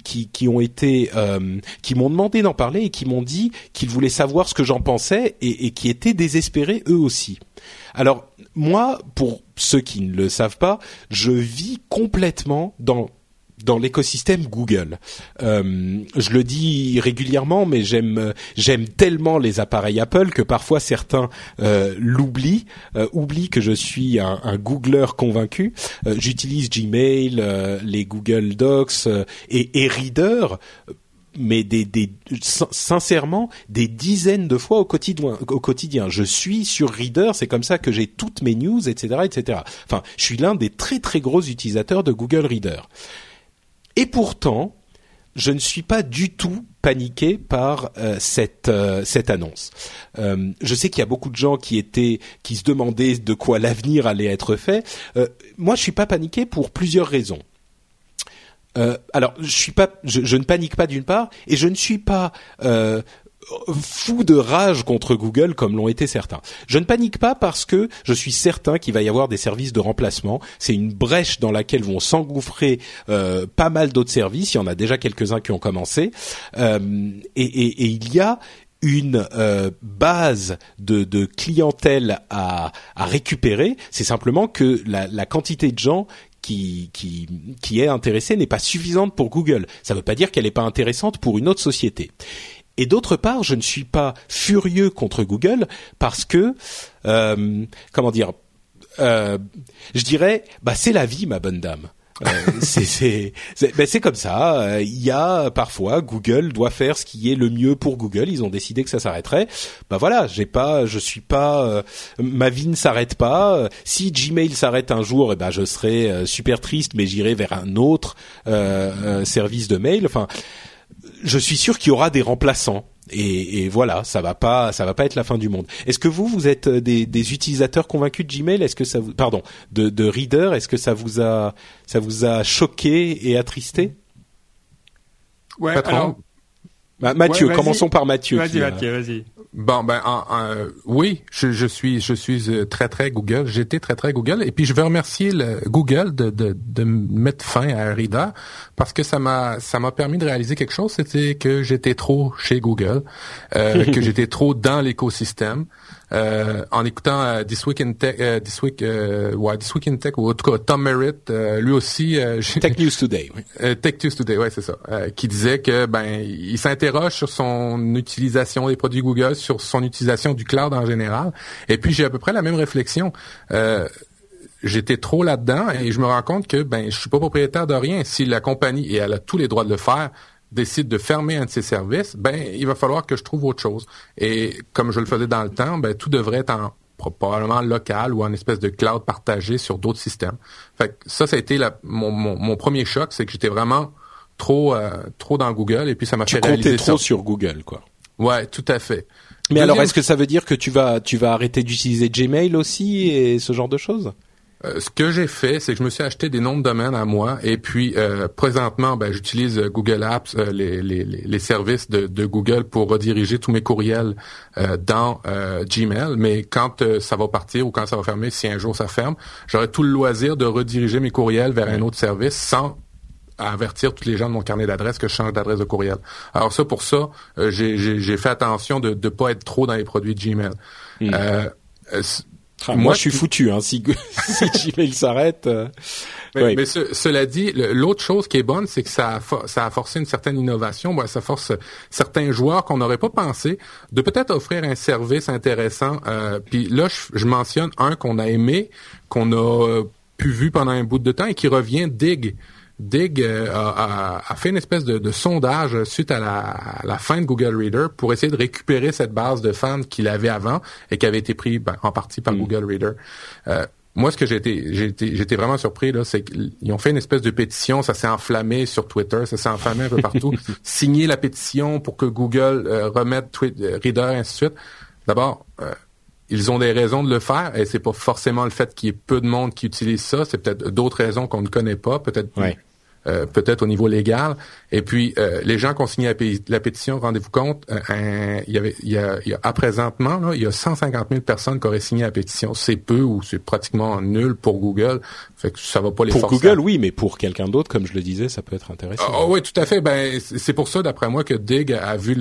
m'ont demandé d'en parler et qui m'ont dit qu'ils voulaient savoir ce que j'en pensais et qui étaient désespérés eux aussi. Alors moi, pour ceux qui ne le savent pas, je vis complètement dans l'écosystème Google. Je le dis régulièrement, mais j'aime tellement les appareils Apple que parfois certains oublient que je suis un Googler convaincu. J'utilise Gmail, les Google Docs et Reader, mais sincèrement des dizaines de fois au quotidien. Je suis sur Reader, c'est comme ça que j'ai toutes mes news, etc., etc. Enfin, je suis l'un des très très gros utilisateurs de Google Reader. Et pourtant, je ne suis pas du tout paniqué par cette annonce. Je sais qu'il y a beaucoup de gens qui se demandaient de quoi l'avenir allait être fait. Moi, je suis pas paniqué pour plusieurs raisons. Alors, je ne panique pas d'une part, et je ne suis pas fou de rage contre Google comme l'ont été certains. Je ne panique pas parce que je suis certain qu'il va y avoir des services de remplacement. C'est une brèche dans laquelle vont s'engouffrer pas mal d'autres services. Il y en a déjà quelques-uns qui ont commencé. Et il y a une base de clientèle à récupérer. C'est simplement que la quantité de gens qui est intéressée n'est pas suffisante pour Google. Ça ne veut pas dire qu'elle n'est pas intéressante pour une autre société. Et d'autre part, je ne suis pas furieux contre Google parce que, je dirais, c'est la vie, ma bonne dame. C'est comme ça. Il y a parfois Google doit faire ce qui est le mieux pour Google. Ils ont décidé que ça s'arrêterait. Voilà, ma vie ne s'arrête pas. Si Gmail s'arrête un jour, je serai super triste, mais j'irai vers un autre service de mail. Enfin, je suis sûr qu'il y aura des remplaçants. Et voilà, ça va pas être la fin du monde. Est-ce que vous êtes des utilisateurs convaincus de Gmail? Est-ce que ça vous, de Reader? Est-ce que ça vous a choqué et attristé? Ouais. Patron. Alors, Mathieu, ouais, commençons par Mathieu. Vas-y, Mathieu, vas-y. Bon, oui, je suis très Google. J'étais très Google. Et puis je veux remercier Google de mettre fin à Reader parce que ça m'a permis de réaliser quelque chose. C'était que j'étais trop chez Google, que j'étais trop dans l'écosystème. En écoutant This Week in Tech, ou en tout cas Tom Merritt, lui aussi, Tech News Today, oui. Tech News Today, ouais, c'est ça, qui disait que il s'interroge sur son utilisation des produits Google, sur son utilisation du cloud en général. Et puis j'ai à peu près la même réflexion. J'étais trop là-dedans et je me rends compte que je suis pas propriétaire de rien. Si la compagnie, et elle a tous les droits de le faire, décide de fermer un de ses services, il va falloir que je trouve autre chose. Et comme je le faisais dans le temps, tout devrait être probablement local ou en espèce de cloud partagé sur d'autres systèmes. Fait que ça a été mon premier choc, c'est que j'étais vraiment trop dans Google et puis ça m'a fait réaliser ça. Tu comptais trop sur Google, quoi. Ouais, tout à fait. Mais alors, est-ce que ça veut dire que tu vas arrêter d'utiliser Gmail aussi et ce genre de choses? Ce que j'ai fait, c'est que je me suis acheté des noms de domaine à moi et puis présentement, j'utilise Google Apps, les services de Google pour rediriger tous mes courriels dans Gmail. Mais quand ça va partir ou quand ça va fermer, si un jour ça ferme, j'aurai tout le loisir de rediriger mes courriels vers un autre service sans avertir tous les gens de mon carnet d'adresses que je change d'adresse de courriel. Alors pour ça, j'ai fait attention de pas être trop dans les produits de Gmail. Moi, je suis foutu, hein. Si Gmail s'arrête. Mais cela dit, l'autre chose qui est bonne, c'est que ça a forcé une certaine innovation. Ça force certains joueurs qu'on n'aurait pas pensé de peut-être offrir un service intéressant. Puis là, je mentionne un qu'on a aimé, qu'on a pu vu pendant un bout de temps et qui revient, Dig. Dig a fait une espèce de sondage suite à la fin de Google Reader pour essayer de récupérer cette base de fans qu'il avait avant et qui avait été pris en partie par Google Reader. Moi, ce que j'étais vraiment surpris là, c'est qu'ils ont fait une espèce de pétition, ça s'est enflammé sur Twitter, ça s'est enflammé un peu partout. Signer la pétition pour que Google remette Reader, ainsi de suite. D'abord, ils ont des raisons de le faire et c'est pas forcément le fait qu'il y ait peu de monde qui utilise ça, c'est peut-être d'autres raisons qu'on ne connaît pas, peut-être au niveau légal. Et puis les gens qui ont signé la pétition, rendez-vous compte, il y a présentement là, il y a 150 000 personnes qui auraient signé la pétition. C'est peu ou c'est pratiquement nul pour Google. Fait que ça va pas les forcer. Pour Google, oui, mais pour quelqu'un d'autre, comme je le disais, ça peut être intéressant. Oui, tout à fait. C'est pour ça, d'après moi, que Dig a vu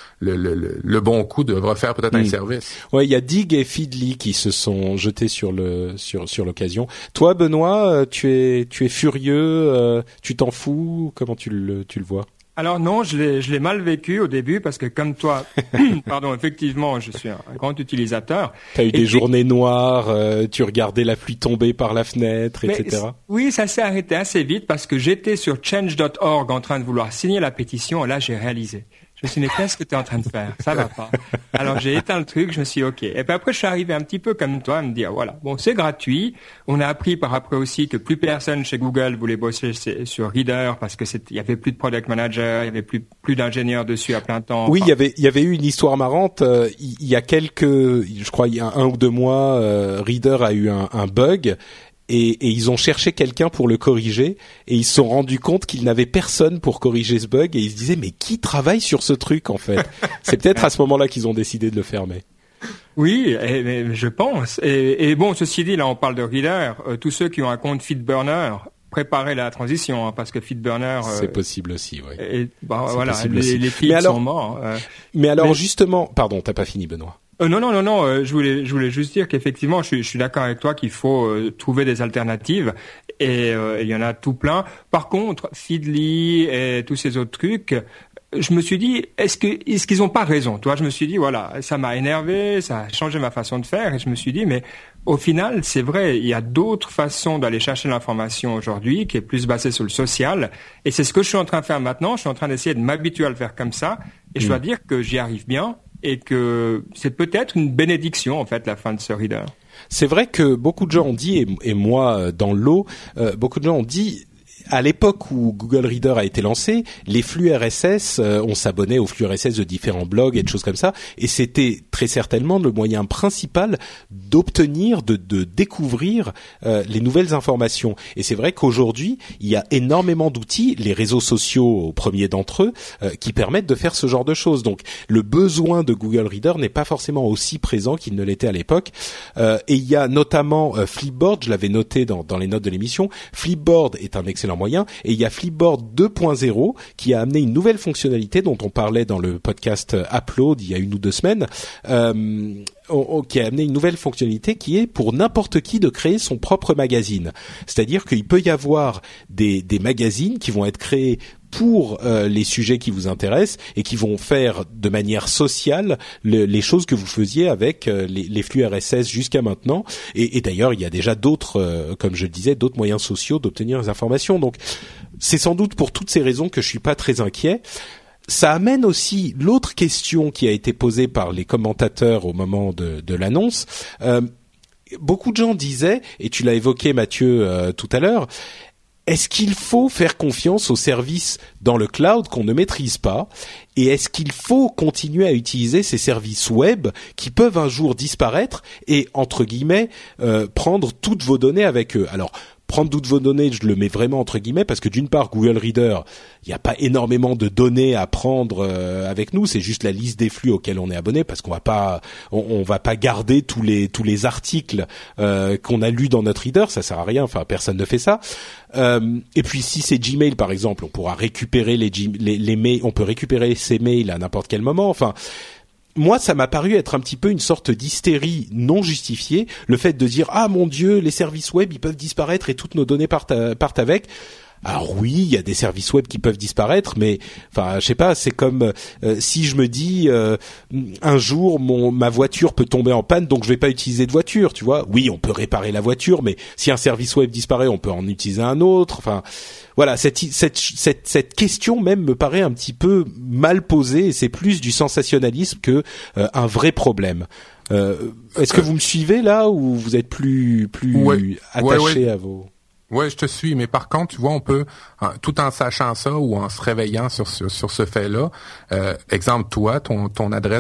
le bon coup de refaire peut-être un service. Ouais, il y a Dig et Feedly qui se sont jetés sur l'occasion. Toi, Benoît, tu es furieux, tu t'en fous? Comment tu le vois? Alors non, je l'ai mal vécu au début parce que comme toi, effectivement, je suis un grand utilisateur. T'as eu des journées noires, tu regardais la pluie tomber par la fenêtre, etc. Oui, ça s'est arrêté assez vite parce que j'étais sur change.org en train de vouloir signer la pétition et là j'ai réalisé. Je me suis dit, mais qu'est-ce que tu es en train de faire? Ça va pas. Alors j'ai éteint le truc, je me suis dit, ok. Et puis après, je suis arrivé un petit peu comme toi à me dire, voilà, bon, c'est gratuit. On a appris par après aussi que plus personne chez Google voulait bosser sur Reader parce que il y avait plus de product manager, il y avait plus d'ingénieurs dessus à plein temps. Oui, il y avait eu une histoire marrante. Il y a je crois, il y a 1 ou 2 mois, Reader a eu un bug. Et ils ont cherché quelqu'un pour le corriger et ils se sont rendus compte qu'ils n'avaient personne pour corriger ce bug et ils se disaient mais qui travaille sur ce truc en fait? C'est peut-être à ce moment-là qu'ils ont décidé de le fermer. Oui, mais je pense. Et bon, ceci dit, là on parle de Reader. Tous ceux qui ont un compte Feedburner, préparez la transition parce que Feedburner. C'est possible aussi, oui. Et voilà, les feeds sont morts. Mais alors justement, pardon, t'as pas fini, Benoît. Non. Je voulais juste dire qu'effectivement, je suis d'accord avec toi qu'il faut trouver des alternatives et il y en a tout plein. Par contre, Feedly et tous ces autres trucs, je me suis dit, est-ce qu'ils ont pas raison? Toi, je me suis dit, voilà, ça m'a énervé, ça a changé ma façon de faire et je me suis dit, mais au final, c'est vrai, il y a d'autres façons d'aller chercher l'information aujourd'hui qui est plus basée sur le social et c'est ce que je suis en train de faire maintenant. Je suis en train d'essayer de m'habituer à le faire comme ça et je dois dire que j'y arrive bien. Et que c'est peut-être une bénédiction en fait la fin de ce Reader. C'est vrai que beaucoup de gens ont dit et moi dans l'eau, beaucoup de gens ont dit à l'époque où Google Reader a été lancé, les flux RSS, on s'abonnait aux flux RSS de différents blogs et de choses comme ça, et c'était très certainement le moyen principal d'obtenir, de découvrir les nouvelles informations. Et c'est vrai qu'aujourd'hui, il y a énormément d'outils, les réseaux sociaux au premier d'entre eux, qui permettent de faire ce genre de choses. Donc le besoin de Google Reader n'est pas forcément aussi présent qu'il ne l'était à l'époque. Et il y a notamment Flipboard, je l'avais noté dans les notes de l'émission. Flipboard est un excellent moyen, et il y a Flipboard 2.0 qui a amené une nouvelle fonctionnalité dont on parlait dans le podcast Upload il y a 1 ou 2 semaines, qui a amené une nouvelle fonctionnalité qui est pour n'importe qui de créer son propre magazine. C'est-à-dire qu'il peut y avoir des magazines qui vont être créés pour les sujets qui vous intéressent et qui vont faire de manière sociale les choses que vous faisiez avec les flux RSS jusqu'à maintenant. Et d'ailleurs, il y a déjà d'autres, comme je le disais, d'autres moyens sociaux d'obtenir les informations. Donc, c'est sans doute pour toutes ces raisons que je suis pas très inquiet. Ça amène aussi l'autre question qui a été posée par les commentateurs au moment de l'annonce. Beaucoup de gens disaient, et tu l'as évoqué Mathieu tout à l'heure, est-ce qu'il faut faire confiance aux services dans le cloud qu'on ne maîtrise pas, et est-ce qu'il faut continuer à utiliser ces services web qui peuvent un jour disparaître et, entre guillemets, prendre toutes vos données avec eux? Alors, prendre toutes vos données, je le mets vraiment entre guillemets, parce que d'une part, Google Reader, il n'y a pas énormément de données à prendre avec nous, c'est juste la liste des flux auxquels on est abonné, parce qu'on va pas garder tous les articles qu'on a lus dans notre reader, ça sert à rien, enfin personne ne fait ça. Et puis si c'est Gmail par exemple, on pourra récupérer les mails, on peut récupérer ces mails à n'importe quel moment, enfin. Moi, ça m'a paru être un petit peu une sorte d'hystérie non justifiée, le fait de dire « Ah mon Dieu, les services web, ils peuvent disparaître et toutes nos données partent avec ». Alors oui, il y a des services web qui peuvent disparaître, mais enfin, je sais pas, c'est comme si je me dis un jour ma voiture peut tomber en panne, donc je vais pas utiliser de voiture, tu vois. Oui, on peut réparer la voiture, mais si un service web disparaît, on peut en utiliser un autre. Enfin, voilà, cette question même me paraît un petit peu mal posée, et c'est plus du sensationnalisme que un vrai problème. Est-ce que vous me suivez là, ou vous êtes plus attaché à vos... Ouais, je te suis, mais par contre, tu vois, on peut, tout en sachant ça ou en se réveillant sur ce fait-là, exemple, toi, ton adresse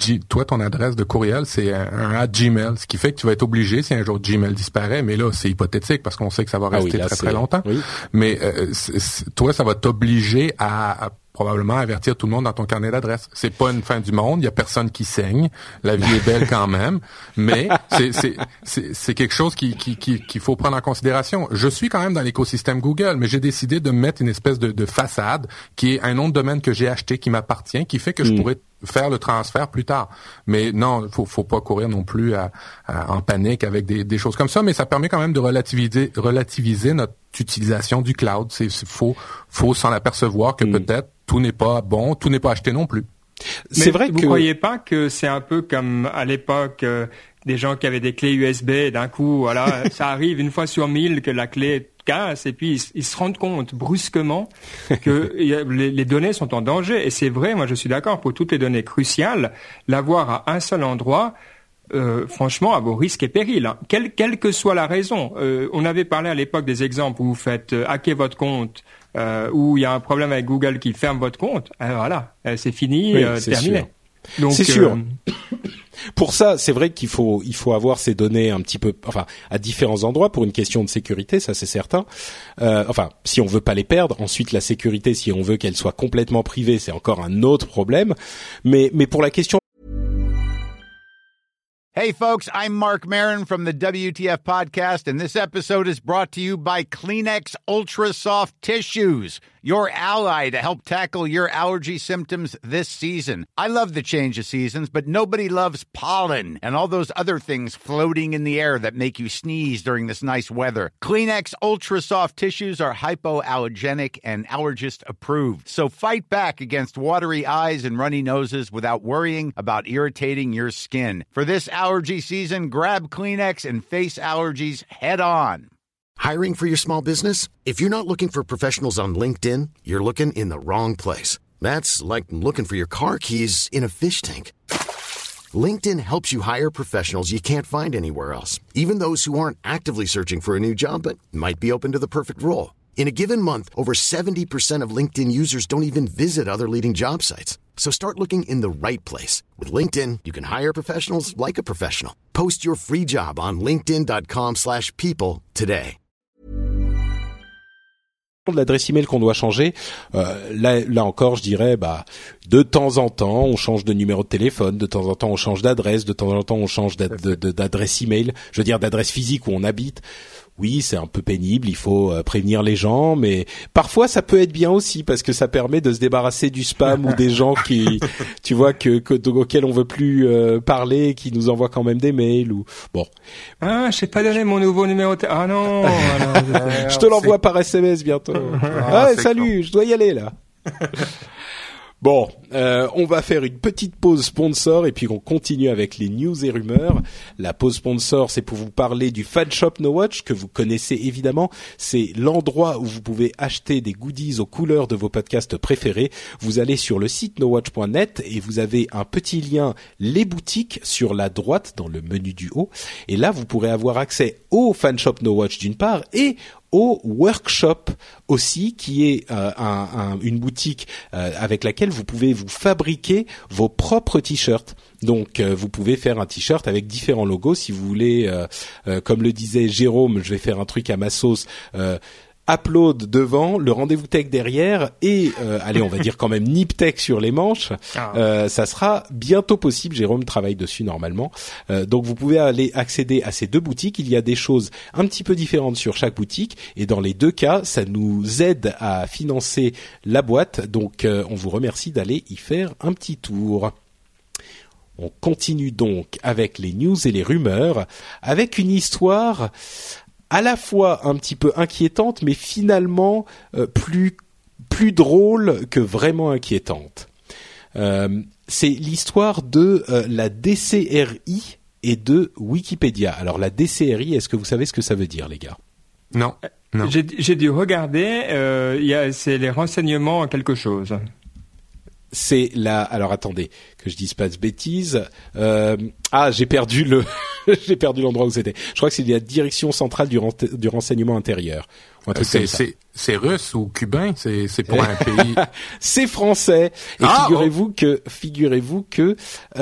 de courriel, c'est un @gmail, ce qui fait que tu vas être obligé, si un jour Gmail disparaît, mais là, c'est hypothétique parce qu'on sait que ça va rester très longtemps, oui. Mais toi, ça va t'obliger à probablement avertir tout le monde dans ton carnet d'adresses. C'est pas une fin du monde, il y a personne qui saigne, la vie est belle quand même, mais c'est quelque chose qu'il faut prendre en considération. Je suis quand même dans l'écosystème Google, mais j'ai décidé de mettre une espèce de façade qui est un nom de domaine que j'ai acheté, qui m'appartient, qui fait que je pourrais faire le transfert plus tard. Mais non, faut pas courir non plus en panique avec des choses comme ça, mais ça permet quand même de relativiser notre utilisation du cloud. Faut s'en apercevoir que peut-être tout n'est pas bon, tout n'est pas acheté non plus. C'est vrai que vous croyez pas que c'est un peu comme à l'époque des gens qui avaient des clés USB et d'un coup, voilà, ça arrive une fois sur 1000 que la clé casse et puis ils se rendent compte brusquement que les données sont en danger. Et c'est vrai, moi je suis d'accord, pour toutes les données cruciales, l'avoir à un seul endroit, franchement, à vos risques et périls, hein. Quelle que soit la raison. On avait parlé à l'époque des exemples où vous faites hacker votre compte, où il y a un problème avec Google qui ferme votre compte. Voilà, c'est fini, oui, terminé. Donc, c'est sûr. Pour ça, c'est vrai qu'il faut avoir ces données un petit peu, enfin, à différents endroits pour une question de sécurité, ça c'est certain. Enfin, si on veut pas les perdre, ensuite la sécurité, si on veut qu'elle soit complètement privée, c'est encore un autre problème. Mais pour la question. Hey folks, I'm Mark Maron from the WTF podcast, and this episode is brought to you by Kleenex Ultra Soft Tissues, your ally to help tackle your allergy symptoms this season. I love the change of seasons, but nobody loves pollen and all those other things floating in the air that make you sneeze during this nice weather. Kleenex Ultra Soft Tissues are hypoallergenic and allergist approved, so fight back against watery eyes and runny noses without worrying about irritating your skin. For this allergy season, grab Kleenex and face allergies head on. Hiring for your small business? If you're not looking for professionals on LinkedIn, you're looking in the wrong place. That's like looking for your car keys in a fish tank. LinkedIn helps you hire professionals you can't find anywhere else, even those who aren't actively searching for a new job but might be open to the perfect role. In a given month, over 70% of LinkedIn users don't even visit other leading job sites. So start looking in the right place. With LinkedIn, you can hire professionals like a professional. Post your free job on linkedin.com/people today. De l'adresse email qu'on doit changer, là encore, je dirais, de temps en temps, on change de numéro de téléphone, de temps en temps, on change d'adresse, de temps en temps, on change d'adresse email, je veux dire d'adresse physique où on habite. Oui, c'est un peu pénible, il faut prévenir les gens, mais parfois ça peut être bien aussi parce que ça permet de se débarrasser du spam ou des gens qui, tu vois, auxquels on veut plus parler, qui nous envoient quand même des mails ou bon. Ah, je sais pas donner mon nouveau numéro de téléphone. Ah non. Je te l'envoie par SMS bientôt. Salut, je dois y aller là. Bon, on va faire une petite pause sponsor et puis on continue avec les news et rumeurs. La pause sponsor, c'est pour vous parler du Fan Shop No Watch que vous connaissez évidemment. C'est l'endroit où vous pouvez acheter des goodies aux couleurs de vos podcasts préférés. Vous allez sur le site nowatch.net et vous avez un petit lien les boutiques sur la droite dans le menu du haut. Et là, vous pourrez avoir accès au Fan Shop No Watch d'une part et au Workshop aussi, qui est une boutique avec laquelle vous pouvez vous fabriquer vos propres t-shirts. Donc vous pouvez faire un t-shirt avec différents logos si vous voulez, comme le disait Jérôme, je vais faire un truc à ma sauce. Upload devant, le rendez-vous tech derrière et allez, on va dire quand même Niptech sur les manches. Ça sera bientôt possible. Jérôme travaille dessus normalement. Donc vous pouvez aller accéder à ces deux boutiques. Il y a des choses un petit peu différentes sur chaque boutique et dans les deux cas, ça nous aide à financer la boîte. Donc on vous remercie d'aller y faire un petit tour. On continue donc avec les news et les rumeurs avec une histoire à la fois un petit peu inquiétante, mais finalement plus drôle que vraiment inquiétante. C'est l'histoire de la DCRI et de Wikipédia. Alors la DCRI, est-ce que vous savez ce que ça veut dire, les gars ? Non. J'ai dû regarder. C'est les renseignements en quelque chose. C'est alors attendez que je dise pas de bêtises. J'ai perdu l'endroit où c'était. Je crois que c'est la direction centrale du renseignement intérieur. C'est russe ou cubain, c'est pour un pays. C'est français. Et figurez-vous que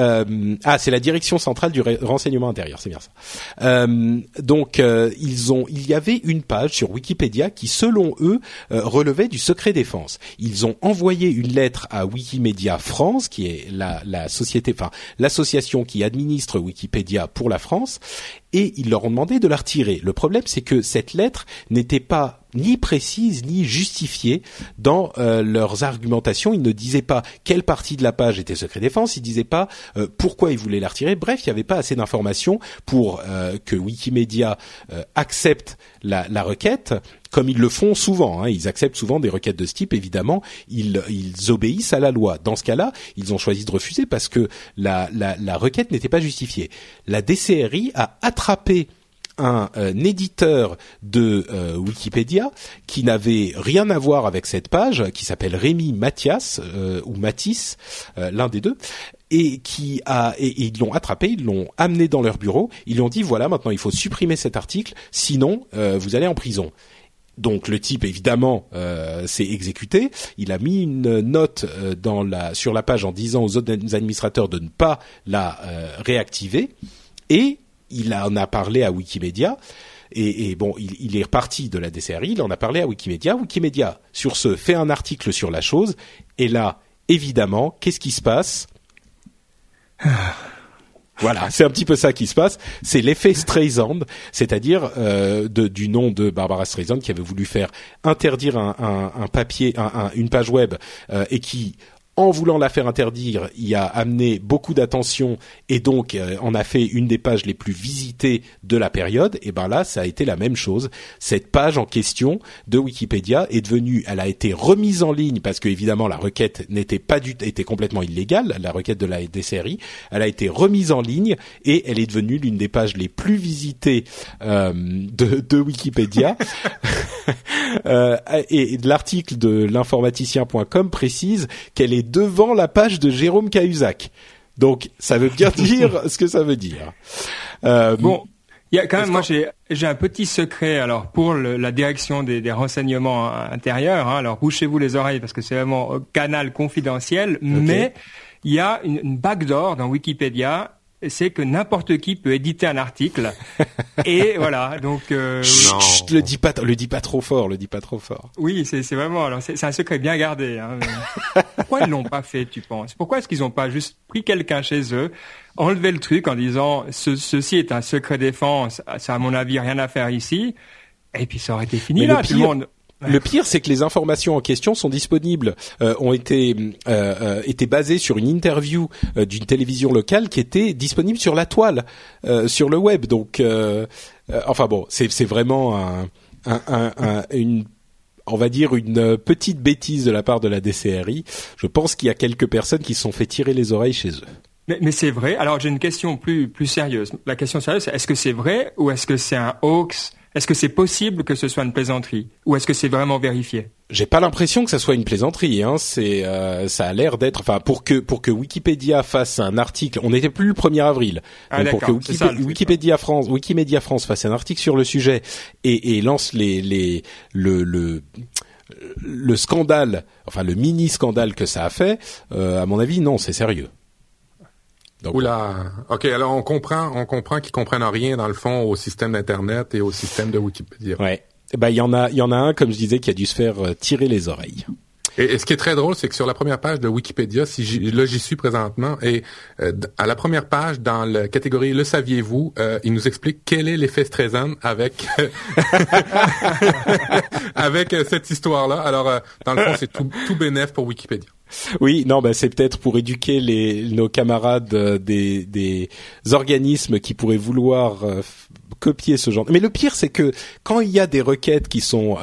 c'est la direction centrale du renseignement intérieur, c'est bien ça. Donc il y avait une page sur Wikipédia qui selon eux relevait du secret défense. Ils ont envoyé une lettre à Wikimedia France qui est la société, enfin l'association qui administre Wikipédia pour la France, et ils leur ont demandé de la retirer. Le problème, c'est que cette lettre n'était pas ni précise ni justifiée dans leurs argumentations. Ils ne disaient pas quelle partie de la page était secret défense, ils disaient pas pourquoi ils voulaient la retirer. Bref, il n'y avait pas assez d'informations pour que Wikimedia accepte la requête, comme ils le font souvent. Ils acceptent souvent des requêtes de ce type, évidemment. Ils obéissent à la loi. Dans ce cas-là, ils ont choisi de refuser parce que la requête n'était pas justifiée. La DCRI a attrapé un éditeur de Wikipédia qui n'avait rien à voir avec cette page, qui s'appelle Rémi Mathias ou Matisse, l'un des deux, et ils l'ont attrapé, ils l'ont amené dans leur bureau, ils lui ont dit voilà, maintenant il faut supprimer cet article, sinon vous allez en prison. Donc le type évidemment s'est exécuté. Il a mis une note sur la page en disant aux autres administrateurs de ne pas la réactiver, et il en a parlé à Wikimedia. Et bon, il est reparti de la DCRI, il en a parlé à Wikimedia. Wikimedia, sur ce, fait un article sur la chose. Et là, évidemment, qu'est-ce qui se passe ? Voilà, c'est un petit peu ça qui se passe. C'est l'effet Streisand, c'est-à-dire du nom de Barbara Streisand qui avait voulu faire interdire un papier, une page web et qui, en voulant la faire interdire, y a amené beaucoup d'attention et donc en a fait une des pages les plus visitées de la période. Et ben là, ça a été la même chose. Cette page en question de Wikipédia est devenue, elle a été remise en ligne parce que évidemment la requête était complètement illégale, la requête de la DCRI. Elle a été remise en ligne et elle est devenue l'une des pages les plus visitées de Wikipédia. Et l'article de l'informaticien.com précise qu'elle est devant la page de Jérôme Cahuzac. Donc, ça veut bien dire ce que ça veut dire. Bon, Il y a quand même, moi j'ai un petit secret alors pour la direction des renseignements intérieurs. Hein, alors bouchez-vous les oreilles parce que c'est vraiment un canal confidentiel. Okay. Mais il y a une backdoor dans Wikipédia. C'est que n'importe qui peut éditer un article et voilà donc chut, le dis pas trop fort. Oui, c'est vraiment alors c'est un secret bien gardé hein. Pourquoi ils l'ont pas fait, tu penses? Pourquoi est-ce qu'ils ont pas juste pris quelqu'un chez eux, enlevé le truc en disant ceci est un secret défense, ça à mon avis rien à faire ici, et puis ça aurait été fini. Mais là tout le monde. Le pire, c'est que les informations en question sont disponibles, ont été basées sur une interview d'une télévision locale qui était disponible sur la toile, sur le web. Donc, enfin bon, c'est vraiment on va dire une petite bêtise de la part de la DCRI. Je pense qu'il y a quelques personnes qui se sont fait tirer les oreilles chez eux. Mais c'est vrai. Alors j'ai une question plus sérieuse. La question sérieuse, c'est est-ce que c'est vrai ou est-ce que c'est un hoax? Est-ce que c'est possible que ce soit une plaisanterie ou est-ce que c'est vraiment vérifié? J'ai pas l'impression que ça soit une plaisanterie. Hein. Ça a l'air d'être. Enfin, pour que Wikipédia fasse un article, on n'était plus le 1er avril. Donc pour que Wikimedia France fasse un article sur le sujet et lance le scandale, enfin le mini scandale que ça a fait. À mon avis, non, c'est sérieux. Donc, oula, ok, alors on comprend qu'ils comprennent rien dans le fond au système d'internet et au système de Wikipédia. Ouais. Ben il y en a un comme je disais qui a dû se faire tirer les oreilles. Et ce qui est très drôle, c'est que sur la première page de Wikipédia, j'y suis présentement, et à la première page, dans la catégorie Le saviez-vous, il nous explique quel est l'effet Streisand avec avec cette histoire-là. Alors, dans le fond, c'est tout bénef pour Wikipédia. Oui, non, c'est peut-être pour éduquer nos camarades des organismes qui pourraient vouloir copier ce genre. Mais le pire, c'est que quand il y a des requêtes qui sont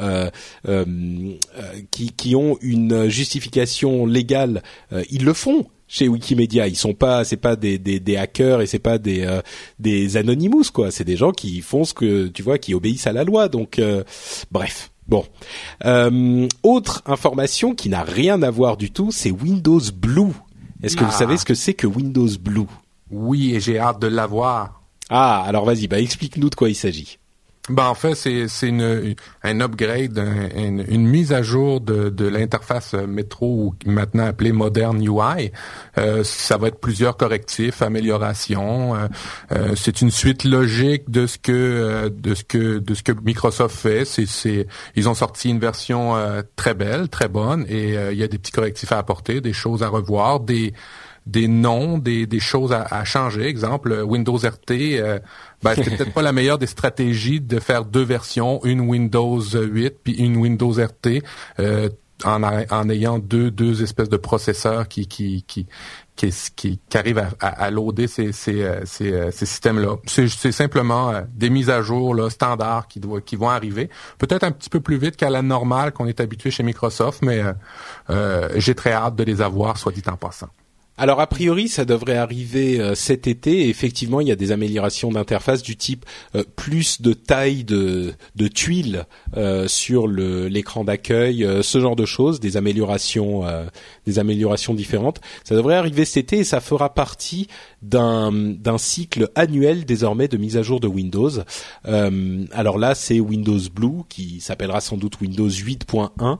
qui ont une justification légale, ils le font. Chez Wikimedia, c'est pas des hackers et c'est pas des Anonymous quoi. C'est des gens qui font qui obéissent à la loi. Donc bref. Bon, autre information qui n'a rien à voir du tout, c'est Windows Blue. Est-ce que vous savez ce que c'est que Windows Blue? Oui, et j'ai hâte de l'avoir. Ah, alors vas-y, explique-nous de quoi il s'agit. En fait, c'est un upgrade, une mise à jour de l'interface métro, ou maintenant appelée Modern UI. Ça va être plusieurs correctifs, améliorations. C'est une suite logique de ce que Microsoft fait. Ils ont sorti une version très belle, très bonne, et il y a des petits correctifs à apporter, des choses à revoir, des noms, des choses à changer. Exemple, Windows RT, c'était peut-être pas la meilleure des stratégies de faire deux versions, une Windows 8 puis une Windows RT, en ayant deux espèces de processeurs qui arrivent à loader ces systèmes-là. C'est simplement des mises à jour là standards qui vont arriver, peut-être un petit peu plus vite qu'à la normale qu'on est habitué chez Microsoft, mais j'ai très hâte de les avoir, soit dit en passant. Alors a priori, ça devrait arriver cet été. Et effectivement, il y a des améliorations d'interface du type plus de taille de tuiles sur l'écran d'accueil, ce genre de choses, des améliorations différentes. Ça devrait arriver cet été et ça fera partie d'un cycle annuel désormais de mise à jour de Windows. Alors là, c'est Windows Blue qui s'appellera sans doute Windows 8.1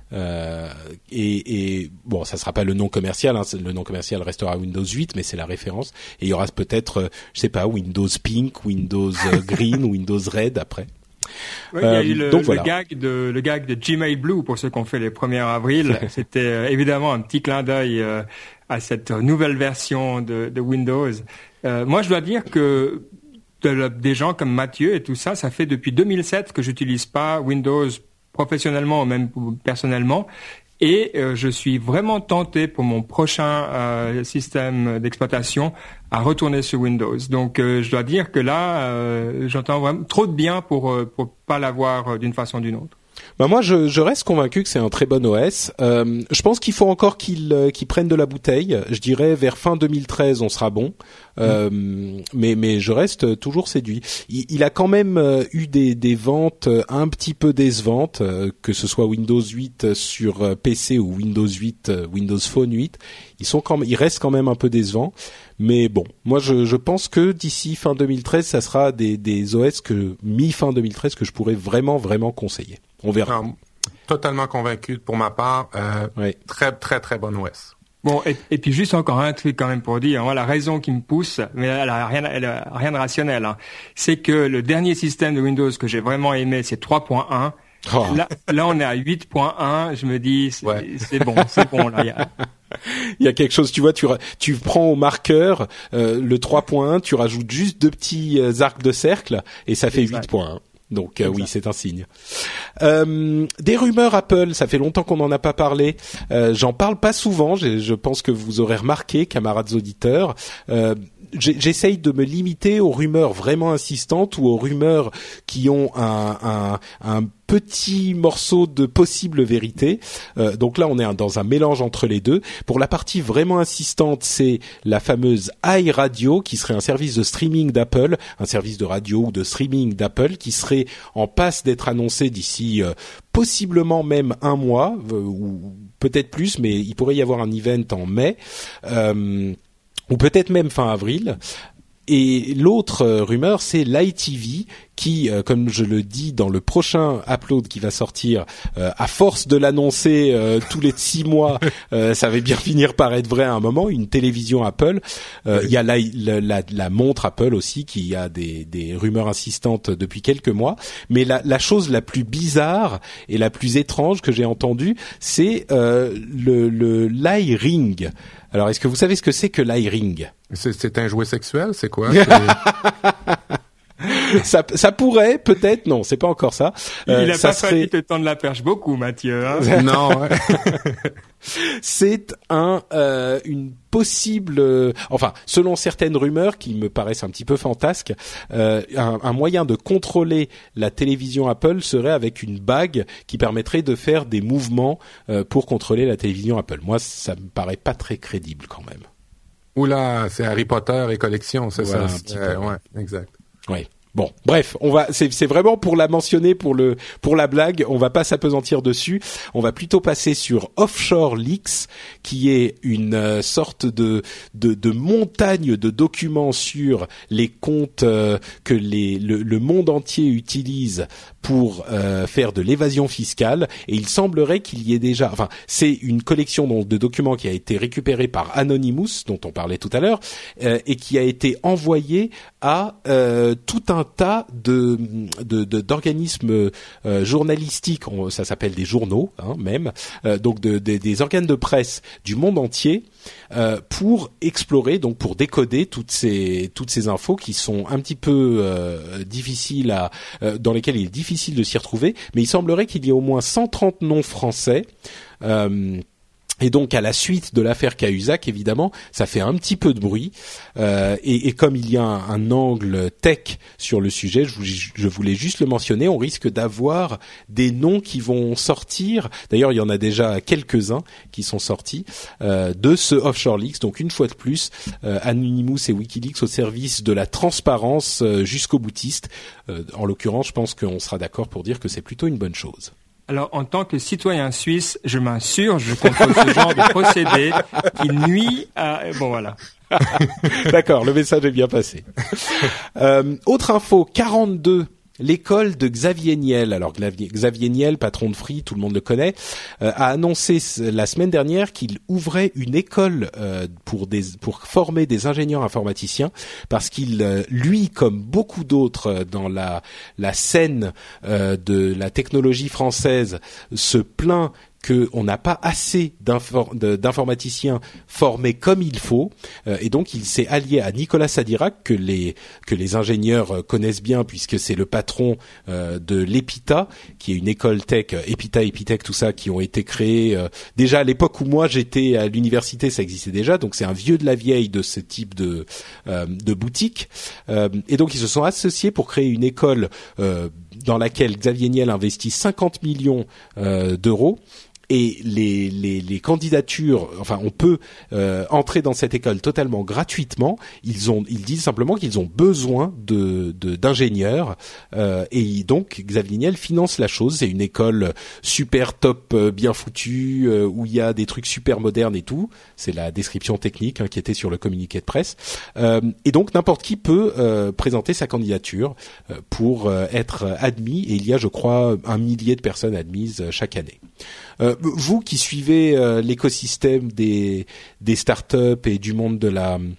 et bon, ça sera pas le nom commercial, hein, le nom commercial restera Windows 8, mais c'est la référence. Et il y aura peut-être, je sais pas, Windows Pink, Windows Green, Windows Red après. Oui, il y a eu le gag de Gmail Blue pour ceux qui ont fait les 1er avril. C'était évidemment un petit clin d'œil à cette nouvelle version de Windows. Moi, je dois dire que des gens comme Mathieu et tout ça, ça fait depuis 2007 que j'utilise pas Windows professionnellement ou même personnellement. Et je suis vraiment tenté pour mon prochain système d'exploitation à retourner sur Windows. Donc je dois dire que là, j'entends vraiment trop de bien pour pas l'avoir d'une façon ou d'une autre. Bah moi, je reste convaincu que c'est un très bon OS. Je pense qu'il faut encore qu'ils prennent de la bouteille. Je dirais vers fin 2013, on sera bon. Mais je reste toujours séduit. Il a quand même eu des ventes un petit peu décevantes, que ce soit Windows 8 sur PC ou Windows 8, Windows Phone 8. Ils restent quand même un peu décevants. Mais bon, moi je pense que d'ici fin 2013, ça sera des OS mi-fin 2013 que je pourrais vraiment conseiller. On verra. Non, totalement convaincu pour ma part. Ouais. Très très très bon OS. Bon, et puis juste encore un truc quand même pour dire, moi la raison qui me pousse, mais elle a rien de rationnel, hein, c'est que le dernier système de Windows que j'ai vraiment aimé, c'est 3.1. Oh. Là on est à 8.1, je me dis c'est bon là. Il y a quelque chose, tu vois, tu prends au marqueur le 3.1, tu rajoutes juste 2 petits arcs de cercle et ça fait 8.1. Donc oui, c'est un signe. Des rumeurs Apple, ça fait longtemps qu'on n'en a pas parlé. J'en parle pas souvent. Je pense que vous aurez remarqué, camarades auditeurs. J'essaye de me limiter aux rumeurs vraiment insistantes ou aux rumeurs qui ont un petit morceau de possible vérité. Donc là, on est dans un mélange entre les deux. Pour la partie vraiment insistante, c'est la fameuse iRadio, qui serait un service de streaming d'Apple, un service de radio ou de streaming d'Apple, qui serait en passe d'être annoncé d'ici possiblement même un mois, ou peut-être plus, mais il pourrait y avoir un event en mai. Ou peut-être même fin avril. Et l'autre rumeur, c'est l'iTV qui, comme je le dis dans le prochain upload qui va sortir, à force de l'annoncer tous les 6 mois, ça va bien finir par être vrai à un moment, une télévision Apple. Il y a la montre Apple aussi qui a des rumeurs insistantes depuis quelques mois. Mais la chose la plus bizarre et la plus étrange que j'ai entendue, c'est le l'iRing. Alors, est-ce que vous savez ce que c'est que l'iRing ? C'est un jouet sexuel, c'est quoi? Ça pourrait, peut-être, non, c'est pas encore ça. Il a pas fallu te tendre la perche beaucoup, Mathieu. Hein. Non. Ouais. C'est une possible, enfin, selon certaines rumeurs qui me paraissent un petit peu fantasques, un moyen de contrôler la télévision Apple serait avec une bague qui permettrait de faire des mouvements pour contrôler la télévision Apple. Moi, ça me paraît pas très crédible quand même. Oula, c'est Harry Potter et collection, c'est voilà, ça. Un petit peu, ouais, exact. Oui. Bon, bref, c'est vraiment pour la mentionner, pour la blague. On va pas s'apesantir dessus. On va plutôt passer sur Offshore Leaks, qui est une sorte de montagne de documents sur les comptes que le monde entier utilise pour faire de l'évasion fiscale. Et il semblerait qu'il y ait déjà, enfin, c'est une collection de documents qui a été récupérée par Anonymous, dont on parlait tout à l'heure, et qui a été envoyée à tout un tas d'organismes journalistiques, ça s'appelle des journaux, hein, même, donc des organes de presse du monde entier, pour explorer, donc pour décoder toutes ces infos qui sont un petit peu difficiles dans lesquelles il est difficile de s'y retrouver, mais il semblerait qu'il y ait au moins 130 noms français. Et donc, à la suite de l'affaire Cahuzac, évidemment, ça fait un petit peu de bruit. Et comme il y a un angle tech sur le sujet, je voulais juste le mentionner, on risque d'avoir des noms qui vont sortir. D'ailleurs, il y en a déjà quelques-uns qui sont sortis de ce Offshore Leaks. Donc, une fois de plus, Anonymous et WikiLeaks au service de la transparence jusqu'au boutiste. En l'occurrence, je pense qu'on sera d'accord pour dire que c'est plutôt une bonne chose. Alors, en tant que citoyen suisse, je m'insurge contre ce genre de procédé qui nuit à... Bon, voilà. D'accord, le message est bien passé. Autre info, 42... L'école de Xavier Niel, alors Xavier Niel, patron de Free, tout le monde le connaît, a annoncé la semaine dernière qu'il ouvrait une école pour former des ingénieurs informaticiens, parce qu'il, lui, comme beaucoup d'autres dans la scène de la technologie française, se plaint que on n'a pas assez d'informaticiens formés comme il faut, et donc il s'est allié à Nicolas Sadirac que les ingénieurs connaissent bien puisque c'est le patron de l'EPITA, qui est une école tech, EPITA, Epitech, tout ça, qui ont été créés déjà à l'époque où moi j'étais à l'université, ça existait déjà, donc c'est un vieux de la vieille de ce type de boutique, et donc ils se sont associés pour créer une école dans laquelle Xavier Niel investit 50 millions d'euros. Et les candidatures, enfin on peut entrer dans cette école totalement gratuitement. Ils disent simplement qu'ils ont besoin d'ingénieurs, et donc Xavier Niel finance la chose. C'est une école super top, bien foutue, où il y a des trucs super modernes et tout. C'est la description technique qui était sur le communiqué de presse. Et donc n'importe qui peut présenter sa candidature pour être admis. Et il y a, je crois, 1 millier de personnes admises chaque année. Vous qui suivez l'écosystème des startups et du monde de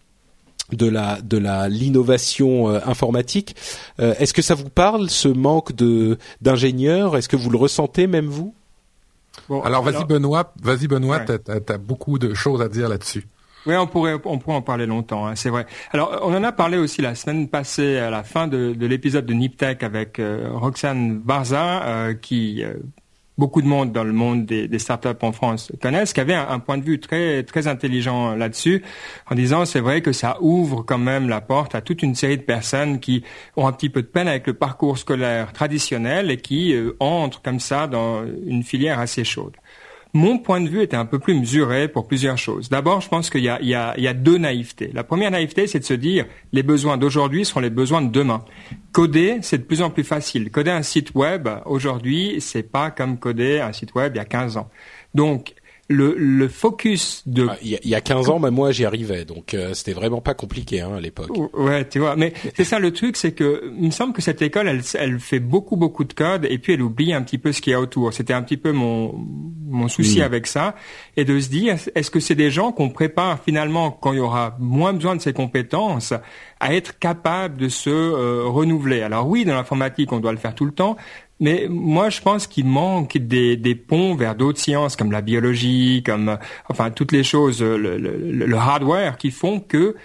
l'innovation informatique, est-ce que ça vous parle, ce manque d'ingénieurs? Est-ce que vous le ressentez même vous? Bon, alors vas-y Benoît, ouais. T'as beaucoup de choses à dire là-dessus. Oui, on pourrait en parler longtemps, c'est vrai. Alors, on en a parlé aussi la semaine passée à la fin de l'épisode de Niptech avec Roxane Barza, qui beaucoup de monde dans le monde des startups en France connaissent, qui avait un point de vue très très intelligent là-dessus, en disant c'est vrai que ça ouvre quand même la porte à toute une série de personnes qui ont un petit peu de peine avec le parcours scolaire traditionnel et qui entrent comme ça dans une filière assez chaude. Mon point de vue était un peu plus mesuré pour plusieurs choses. D'abord, je pense qu'il y a deux naïvetés. La première naïveté, c'est de se dire les besoins d'aujourd'hui seront les besoins de demain. Coder, c'est de plus en plus facile. Coder un site web aujourd'hui, c'est pas comme coder un site web il y a 15 ans. Donc le focus de... Il y a 15 ans, moi j'y arrivais, donc c'était vraiment pas compliqué à l'époque. Ouais, tu vois, mais c'est ça le truc, c'est que il me semble que cette école, elle fait beaucoup de code et puis elle oublie un petit peu ce qu'il y a autour. C'était un petit peu mon souci avec ça, et de se dire, est-ce que c'est des gens qu'on prépare finalement quand il y aura moins besoin de ces compétences à être capable de se renouveler. Alors oui, dans l'informatique, on doit le faire tout le temps. Mais moi, je pense qu'il manque des ponts vers d'autres sciences comme la biologie, comme enfin toutes les choses, le hardware qui font que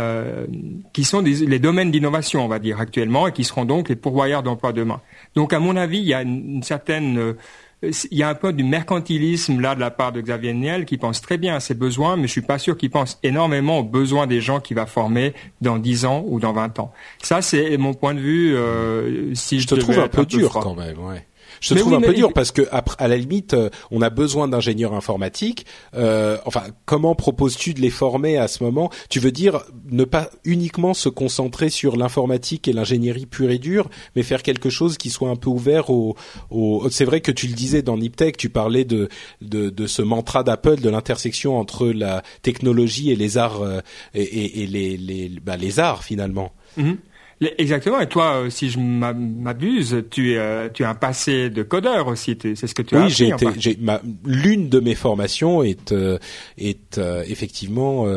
qui sont les domaines d'innovation, on va dire actuellement, et qui seront donc les pourvoyeurs d'emplois demain. Donc, à mon avis, il y a une certaine il y a un peu du mercantilisme là de la part de Xavier Niel qui pense très bien à ses besoins, mais je suis pas sûr qu'il pense énormément aux besoins des gens qu'il va former dans 10 ans ou dans 20 ans. Ça, c'est mon point de vue. Si je te trouve un peu dur froid. quand même, ouais. Je te trouve un peu dur parce que à la limite, on a besoin d'ingénieurs informatiques. Enfin, comment proposes-tu de les former à ce moment? Tu veux dire ne pas uniquement se concentrer sur l'informatique et l'ingénierie pure et dure, mais faire quelque chose qui soit un peu ouvert C'est vrai que tu le disais dans Niptech, tu parlais de ce mantra d'Apple, de l'intersection entre la technologie et les arts et les arts finalement. Mm-hmm. Exactement. Et toi, si je m'abuse, tu as un passé de codeur aussi. C'est ce que tu as appris. Oui, l'une de mes formations est effectivement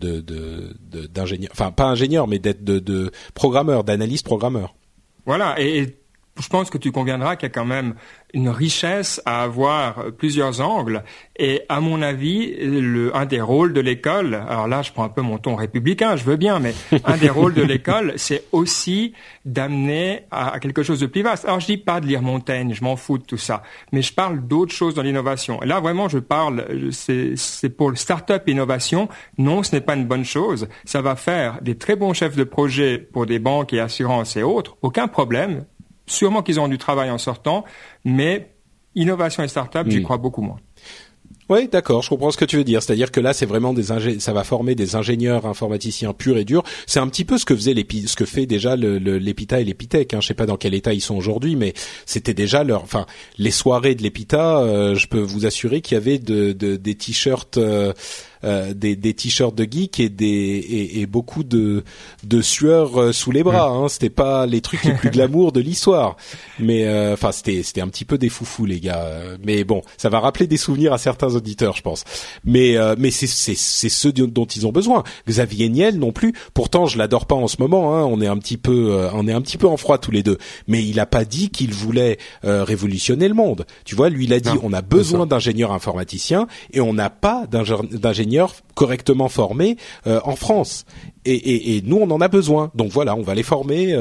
d'ingénieur. Enfin, pas ingénieur, mais d'être de programmeur, d'analyste programmeur. Voilà. Et je pense que tu conviendras qu'il y a quand même une richesse à avoir plusieurs angles. Et à mon avis, un des rôles de l'école, alors là je prends un peu mon ton républicain, je veux bien, mais un des rôles de l'école, c'est aussi d'amener à quelque chose de plus vaste. Alors je dis pas de lire Montaigne, je m'en fous de tout ça, mais je parle d'autres choses dans l'innovation. Et là vraiment je parle, c'est pour le start-up innovation. Non, ce n'est pas une bonne chose. Ça va faire des très bons chefs de projet pour des banques et assurances et autres, aucun problème. Sûrement qu'ils auront du travail en sortant, mais innovation et start-up, j'y crois beaucoup moins. Oui, d'accord, je comprends ce que tu veux dire. C'est-à-dire que là, c'est vraiment ça va former des ingénieurs informaticiens purs et durs. C'est un petit peu ce que fait déjà l'EPITA et l'Epitech. Je sais pas dans quel état ils sont aujourd'hui, mais c'était déjà les soirées de l'EPITA. Je peux vous assurer qu'il y avait des t-shirts des t-shirts de geek et beaucoup de sueur sous les bras. Hein. C'était pas les trucs les plus glamour de l'histoire, mais enfin c'était un petit peu des foufous les gars. Mais bon, ça va rappeler des souvenirs à certains auditeurs, je pense. Mais c'est ceux dont ils ont besoin. Xavier Niel non plus. Pourtant, je l'adore pas en ce moment. Hein. On est un petit peu en froid tous les deux. Mais il a pas dit qu'il voulait révolutionner le monde. Tu vois, lui il a dit on a besoin d'ingénieurs informaticiens et on n'a pas d'ingénieurs correctement formés en France. Et nous on en a besoin. Donc voilà, on va les former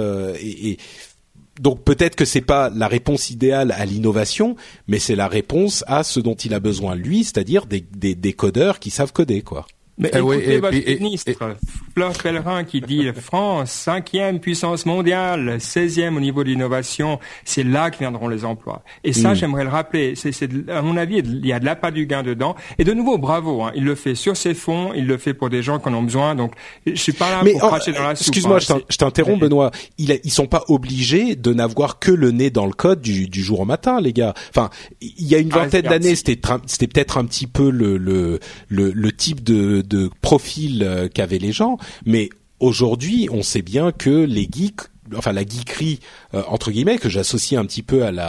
donc peut-être que c'est pas la réponse idéale à l'innovation, mais c'est la réponse à ce dont il a besoin lui, c'est-à-dire des codeurs qui savent coder, quoi. Mais écoutez votre ministre, Fleur Pellerin, qui dit France, 5e puissance mondiale, 16e au niveau de l'innovation, c'est là que viendront les emplois. Et ça, j'aimerais le rappeler. À mon avis, il y a de l'appât du gain dedans. Et de nouveau, bravo, hein. Il le fait sur ses fonds, il le fait pour des gens qui en ont besoin. Donc, je suis pas là pour cracher dans la soupe. Excuse-moi, je t'interromps, Benoît. Ils sont pas obligés de n'avoir que le nez dans le code du jour au matin, les gars. Enfin, il y a une vingtaine d'années, c'était peut-être un petit peu le type de profil qu'avaient les gens, mais aujourd'hui, on sait bien que les geeks, enfin la geekerie entre guillemets, que j'associe un petit peu à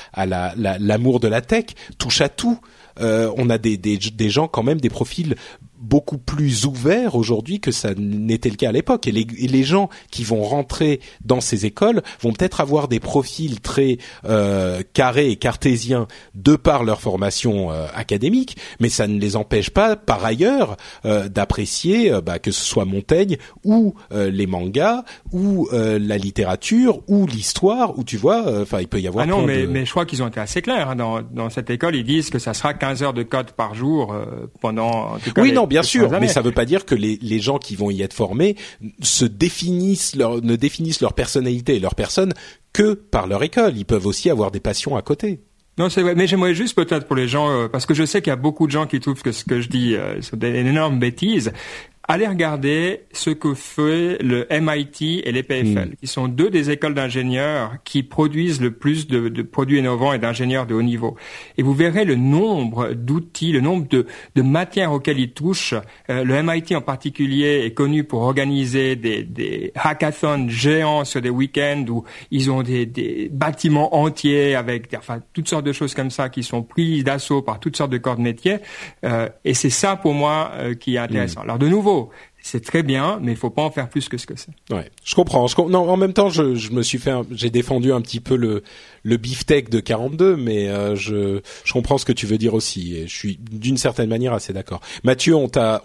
l'amour de la tech, touche à tout. On a des gens quand même, des profils beaucoup plus ouverts aujourd'hui que ça n'était le cas à l'époque. Et les gens qui vont rentrer dans ces écoles vont peut-être avoir des profils très carrés et cartésiens de par leur formation académique, mais ça ne les empêche pas, par ailleurs, d'apprécier que ce soit Montaigne ou les mangas ou la littérature ou l'histoire, ou tu vois, enfin il peut y avoir. Ah non, mais je crois qu'ils ont été assez clairs hein, dans cette école. Ils disent que ça sera 15 heures de code par jour pendant. En tout cas, oui, non, bien sûr, mais ça veut pas dire que les gens qui vont y être formés ne définissent leur personnalité et leur personne que par leur école. Ils peuvent aussi avoir des passions à côté. Non, c'est vrai, mais j'aimerais juste peut-être pour les gens, parce que je sais qu'il y a beaucoup de gens qui trouvent que ce que je dis c'est une énorme bêtise. Allez regarder ce que fait le MIT et l'EPFL, qui sont deux des écoles d'ingénieurs qui produisent le plus de produits innovants et d'ingénieurs de haut niveau. Et vous verrez le nombre d'outils, le nombre de matières auxquelles ils touchent. Le MIT en particulier est connu pour organiser des hackathons géants sur des week-ends où ils ont des bâtiments entiers avec toutes sortes de choses comme ça qui sont prises d'assaut par toutes sortes de corps de métier. Et c'est ça pour moi qui est intéressant. Alors de nouveau, c'est très bien, mais il faut pas en faire plus que ce que c'est. Ouais, je comprends. Non, en même temps, j'ai défendu un petit peu le beefsteak de 42, mais je comprends ce que tu veux dire aussi, et je suis d'une certaine manière assez d'accord. Mathieu, on t'a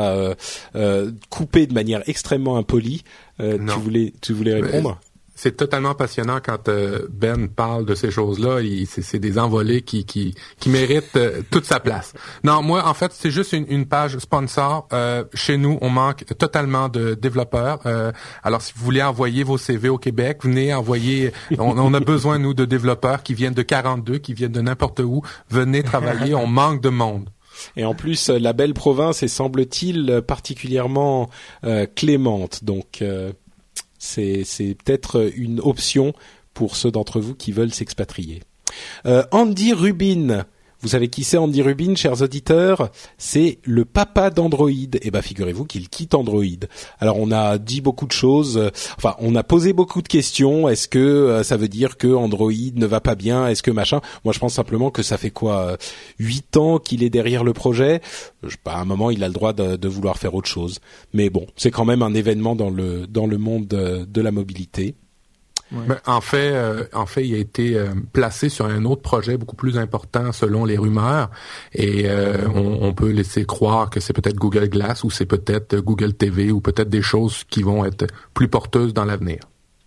coupé de manière extrêmement impolie. Tu voulais répondre? C'est totalement passionnant quand Ben parle de ces choses-là. C'est des envolées qui méritent toute sa place. Non, moi, en fait, c'est juste une page sponsor. Chez nous, on manque totalement de développeurs. Alors, si vous voulez envoyer vos CV au Québec, venez envoyer. On a besoin, nous, de développeurs qui viennent de 42, qui viennent de n'importe où. Venez travailler. On manque de monde. Et en plus, la belle province est, semble-t-il, particulièrement clémente. Donc... C'est peut-être une option pour ceux d'entre vous qui veulent s'expatrier. Andy Rubin, vous savez qui c'est Andy Rubin, chers auditeurs? C'est le papa d'Android. Eh ben, figurez-vous qu'il quitte Android. Alors, on a dit beaucoup de choses. Enfin, on a posé beaucoup de questions. Est-ce que ça veut dire que Android ne va pas bien? Est-ce que machin? Moi, je pense simplement que ça fait 8 ans qu'il est derrière le projet. À un moment, il a le droit de vouloir faire autre chose. Mais bon, c'est quand même un événement dans le monde de la mobilité. Ouais. Ben, en fait, il a été placé sur un autre projet beaucoup plus important selon les rumeurs, et on peut laisser croire que c'est peut-être Google Glass ou c'est peut-être Google TV ou peut-être des choses qui vont être plus porteuses dans l'avenir.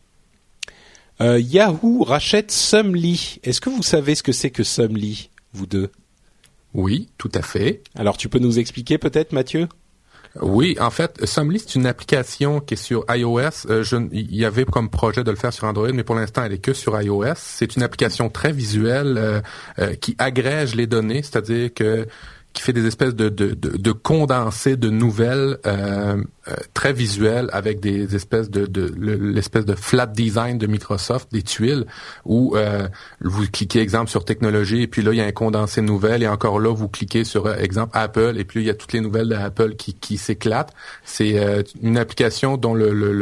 Yahoo rachète Sumly. Est-ce que vous savez ce que c'est que Sumly, vous deux? Oui, tout à fait. Alors, tu peux nous expliquer peut-être, Mathieu? Oui, en fait, Sumly, c'est une application qui est sur iOS. Il y avait comme projet de le faire sur Android, mais pour l'instant, elle est que sur iOS. C'est une application très visuelle qui agrège les données, c'est-à-dire qui fait des espèces de condensés de nouvelles très visuelles avec des espèces l'espèce de flat design de Microsoft, des tuiles où vous cliquez exemple sur technologie et puis là il y a un condensé de nouvelles et encore là vous cliquez sur exemple Apple et puis il y a toutes les nouvelles d'Apple qui s'éclatent. C'est une application dont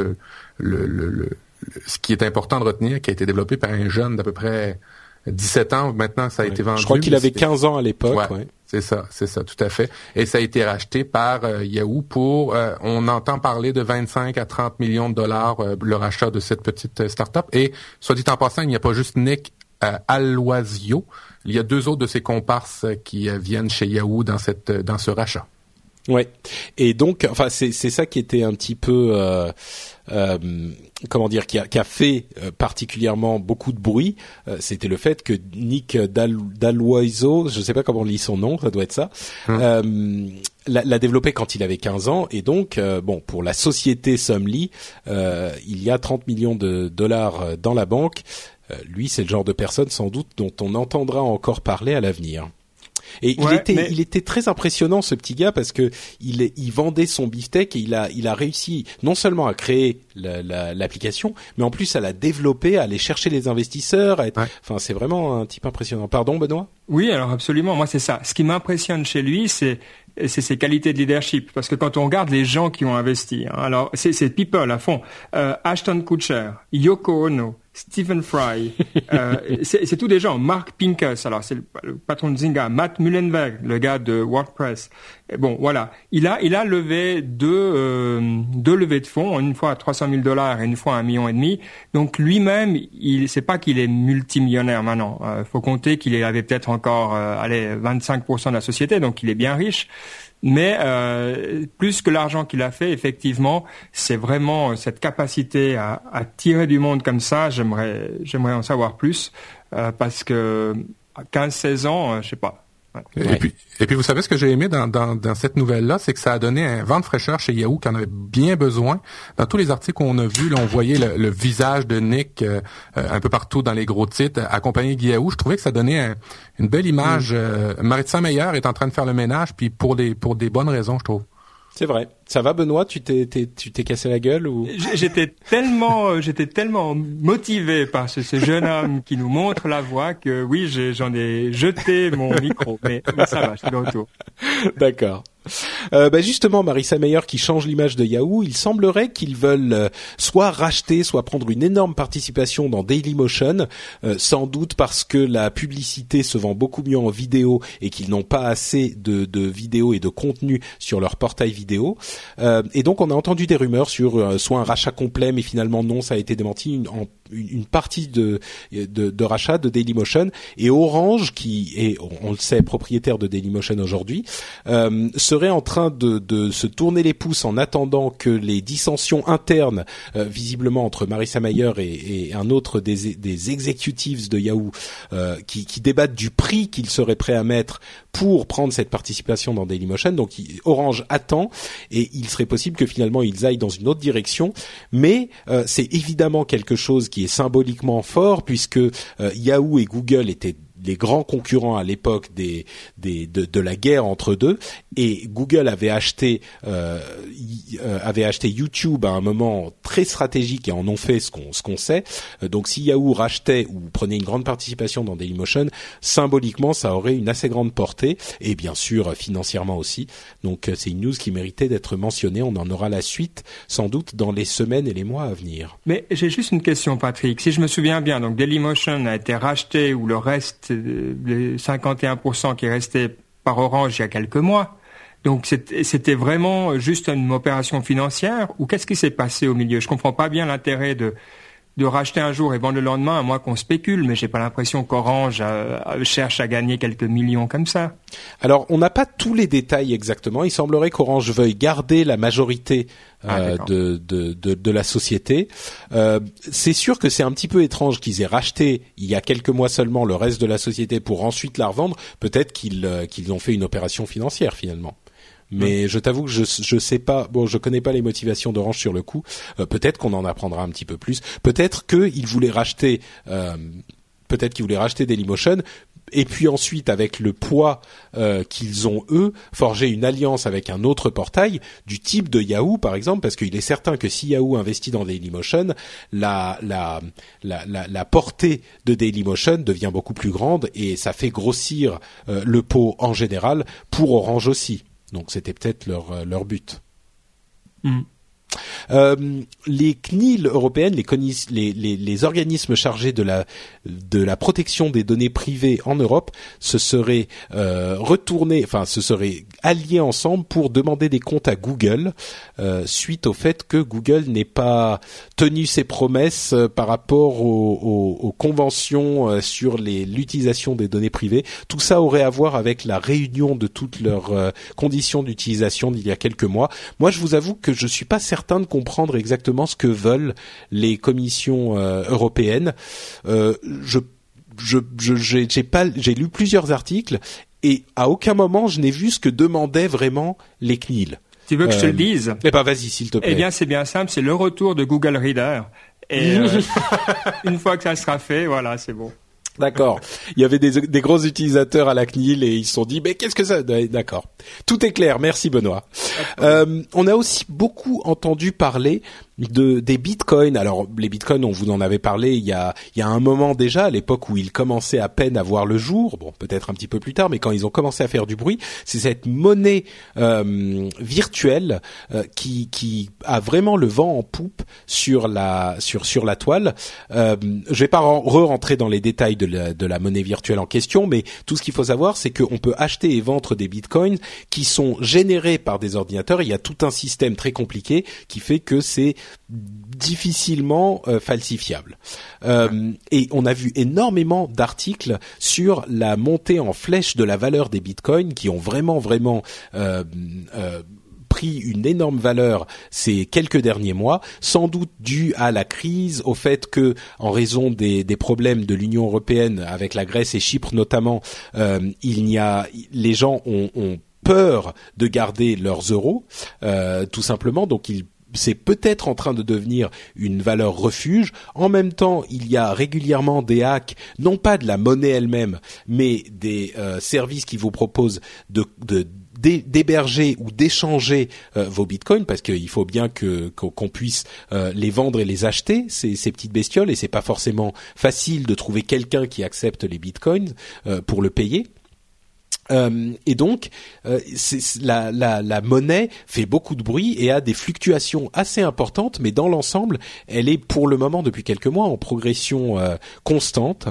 ce qui est important de retenir, qui a été développé par un jeune d'à peu près 17 ans. Maintenant, ça a été vendu. Je crois qu'il avait 15 ans à l'époque. Ouais. C'est ça, tout à fait. Et ça a été racheté par Yahoo pour, on entend parler de 25 à 30 millions de dollars le rachat de cette petite start-up. Et soit dit en passant, il n'y a pas juste Nick Aloisio. Il y a 2 autres de ses comparses qui viennent chez Yahoo dans ce rachat. Ouais. Et donc, enfin, c'est ça qui était un petit peu, comment dire, qui a fait particulièrement beaucoup de bruit. C'était le fait que Nick D'Aloisio, je sais pas comment on lit son nom, ça doit être ça, l'a développé quand il avait 15 ans. Et donc, bon, pour la société Somly, il y a 30 millions de dollars dans la banque. Lui, c'est le genre de personne, sans doute, dont on entendra encore parler à l'avenir. Et il était très impressionnant, ce petit gars, parce que il vendait son beefsteak et il a réussi non seulement à créer l'application, mais en plus à la développer, à aller chercher les investisseurs. Enfin, c'est vraiment un type impressionnant. Pardon, Benoît? Oui, alors absolument. Moi, c'est ça. Ce qui m'impressionne chez lui, c'est ses qualités de leadership. Parce que quand on regarde les gens qui ont investi, alors c'est people à fond. Ashton Kutcher, Yoko Ono, Stephen Fry, c'est tous des gens. Mark Pincus, alors c'est le patron de Zynga, Matt Mullenweg, le gars de WordPress. Et bon, voilà. Il a levé deux levées de fonds, une fois à $300,000 et une fois à $1,5 million. Donc lui-même, c'est pas qu'il est multimillionnaire maintenant. Faut compter qu'il avait peut-être encore 25% de la société, donc il est bien riche. Mais plus que l'argent qu'il a fait, effectivement, c'est vraiment cette capacité à tirer du monde comme ça. J'aimerais en savoir plus parce que à 15-16 ans, je sais pas. Ouais. Et puis vous savez ce que j'ai aimé dans cette nouvelle-là, c'est que ça a donné un vent de fraîcheur chez Yahoo qui en avait bien besoin. Dans tous les articles qu'on a vus, là, on voyait le visage de Nick un peu partout dans les gros titres, accompagné de Yahoo. Je trouvais que ça donnait une belle image. Maritza Meyer est en train de faire le ménage, puis pour des bonnes raisons, je trouve. C'est vrai. Ça va, Benoît? Tu t'es cassé la gueule ou? J'étais tellement motivé par ce jeune homme qui nous montre la voie que oui, j'en ai jeté mon micro. Mais ça va, je suis de retour. D'accord. Justement, Marissa Mayer qui change l'image de Yahoo, il semblerait qu'ils veulent soit racheter, soit prendre une énorme participation dans Dailymotion, sans doute parce que la publicité se vend beaucoup mieux en vidéo et qu'ils n'ont pas assez de vidéos et de contenu sur leur portail vidéo. Et donc on a entendu des rumeurs sur soit un rachat complet, mais finalement non, ça a été démenti, une partie de rachat de Dailymotion. Et Orange, qui est, on le sait, propriétaire de Dailymotion aujourd'hui, serait en train de se tourner les pouces en attendant que les dissensions internes, visiblement entre Marissa Mayer et un autre des executives de Yahoo, qui débattent du prix qu'ils seraient prêts à mettre pour prendre cette participation dans Dailymotion. Donc Orange attend et il serait possible que finalement ils aillent dans une autre direction. Mais c'est évidemment quelque chose qui est symboliquement fort puisque Yahoo et Google étaient les grands concurrents à l'époque de la guerre entre deux, et Google avait acheté YouTube à un moment très stratégique et en ont fait ce qu'on sait. Donc si Yahoo rachetait ou prenait une grande participation dans Dailymotion, symboliquement ça aurait une assez grande portée et bien sûr financièrement aussi. Donc c'est une news qui méritait d'être mentionnée. On en aura la suite sans doute dans les semaines et les mois à venir. Mais j'ai juste une question, Patrick. Si je me souviens bien, donc Dailymotion a été racheté ou le reste, les 51% qui est resté par Orange il y a quelques mois. Donc c'était vraiment juste une opération financière ou qu'est-ce qui s'est passé au milieu? Je comprends pas bien l'intérêt de racheter un jour et vendre le lendemain, à moins qu'on spécule, mais j'ai pas l'impression qu'Orange cherche à gagner quelques millions comme ça. Alors, on n'a pas tous les détails exactement. Il semblerait qu'Orange veuille garder la majorité de la société. C'est sûr que c'est un petit peu étrange qu'ils aient racheté il y a quelques mois seulement le reste de la société pour ensuite la revendre. Peut-être qu'ils ont fait une opération financière finalement. Mais je t'avoue que je sais pas, je connais pas les motivations d'Orange sur le coup. Peut-être qu'on en apprendra un petit peu plus. Peut-être qu'ils voulaient racheter peut-être qu'ils voulaient racheter Dailymotion. Et puis ensuite, avec le poids qu'ils ont eux, forgé une alliance avec un autre portail du type de Yahoo, par exemple, parce qu'il est certain que si Yahoo investit dans Dailymotion, la portée de Dailymotion devient beaucoup plus grande et ça fait grossir le pot en général pour Orange aussi. Donc c'était peut-être leur but. Les CNIL européennes, les organismes chargés de la protection des données privées en Europe se seraient se seraient alliés ensemble pour demander des comptes à Google suite au fait que Google n'ait pas tenu ses promesses par rapport aux conventions sur l'utilisation des données privées. Tout ça aurait à voir avec la réunion de toutes leurs conditions d'utilisation d'il y a quelques mois. Moi, je vous avoue que je suis pas certain de comprendre exactement ce que veulent les commissions européennes. J'ai lu plusieurs articles et à aucun moment je n'ai vu ce que demandaient vraiment les CNIL. Tu veux que je te le dise? Eh ben vas-y, s'il te plaît. Eh bien, c'est bien simple, c'est le retour de Google Reader. Et une fois que ça sera fait, voilà, c'est bon. D'accord. Il y avait des gros utilisateurs à la CNIL et ils se sont dit, mais qu'est-ce que ça... D'accord. Tout est clair. Merci Benoît. On a aussi beaucoup entendu parler des bitcoins. Alors les bitcoins, on vous en avait parlé il y a un moment déjà, à l'époque où ils commençaient à peine à voir le jour. Bon, peut-être un petit peu plus tard, mais quand ils ont commencé à faire du bruit, c'est cette monnaie virtuelle qui a vraiment le vent en poupe sur la toile. Je vais pas rentrer dans les détails de la monnaie virtuelle en question, mais tout ce qu'il faut savoir, c'est qu'on peut acheter et vendre des bitcoins qui sont générés par des ordinateurs. Il y a tout un système très compliqué qui fait que c'est difficilement falsifiable. Et on a vu énormément d'articles sur la montée en flèche de la valeur des bitcoins qui ont vraiment pris une énorme valeur ces quelques derniers mois, sans doute dû à la crise, au fait que, en raison des problèmes de l'Union européenne avec la Grèce et Chypre notamment, les gens ont peur de garder leurs euros, tout simplement, donc c'est peut-être en train de devenir une valeur refuge. En même temps, il y a régulièrement des hacks, non pas de la monnaie elle-même, mais des services qui vous proposent d'héberger ou d'échanger vos bitcoins, parce qu'il faut bien qu'on puisse les vendre et les acheter, ces petites bestioles, et c'est pas forcément facile de trouver quelqu'un qui accepte les bitcoins pour le payer. Et donc, la monnaie fait beaucoup de bruit et a des fluctuations assez importantes, mais dans l'ensemble, elle est pour le moment, depuis quelques mois, en progression constante.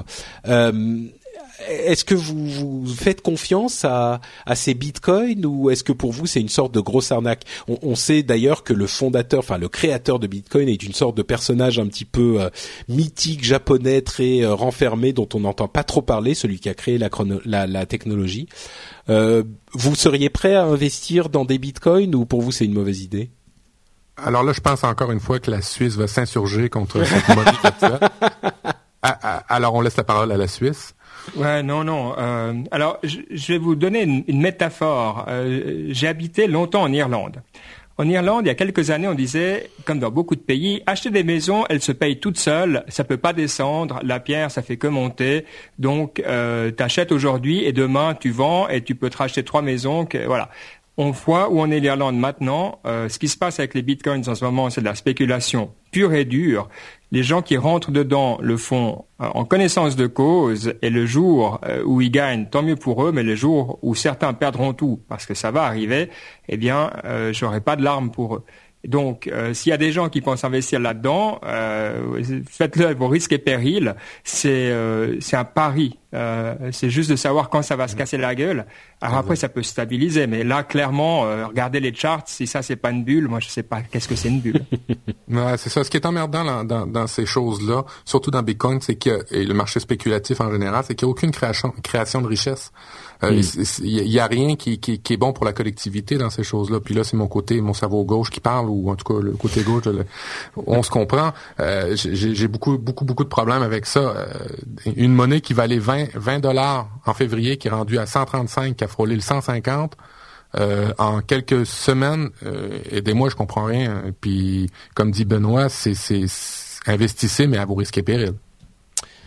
Est-ce que vous faites confiance à ces bitcoins ou est-ce que pour vous c'est une sorte de grosse arnaque? On sait d'ailleurs que le créateur de bitcoin est une sorte de personnage un petit peu mythique japonais, très renfermé, dont on n'entend pas trop parler, celui qui a créé la technologie. Vous seriez prêt à investir dans des bitcoins ou pour vous c'est une mauvaise idée? Alors là, je pense encore une fois que la Suisse va s'insurger contre cette monnaie actuelle. Alors on laisse la parole à la Suisse. Ouais, non. Alors, je vais vous donner une métaphore. J'ai habité longtemps en Irlande. En Irlande, il y a quelques années, on disait, comme dans beaucoup de pays, acheter des maisons, elles se payent toutes seules, ça peut pas descendre, la pierre, ça fait que monter. Donc, t'achètes aujourd'hui et demain, tu vends et tu peux te racheter 3 maisons. Voilà. On voit où on est l'Irlande maintenant. Ce qui se passe avec les bitcoins en ce moment, c'est de la spéculation pure et dure. Les gens qui rentrent dedans le font en connaissance de cause, et le jour où ils gagnent, tant mieux pour eux, mais le jour où certains perdront tout, parce que ça va arriver, eh bien, j'aurai pas de larmes pour eux. Donc, s'il y a des gens qui pensent investir là-dedans, faites-le à vos risques et périls. C'est un pari. C'est juste de savoir quand ça va se casser la gueule. Alors après, ça peut se stabiliser. Mais là, clairement, regardez les charts. Si ça, c'est pas une bulle, moi, je sais pas qu'est-ce que c'est une bulle. Ouais, c'est ça. Ce qui est emmerdant dans ces choses-là, surtout dans Bitcoin, c'est et le marché spéculatif en général, c'est qu'il n'y a aucune création de richesse. Il y a rien qui est bon pour la collectivité dans ces choses-là. Puis là, c'est mon cerveau gauche qui parle, ou en tout cas le côté gauche. On se comprend. J'ai beaucoup de problèmes avec ça. Une monnaie qui valait $20 en février, qui est rendue à 135, qui a frôlé le 150. En quelques semaines, aidez-moi, je comprends rien. Puis, comme dit Benoît, c'est investissez, mais à vos risques et périls.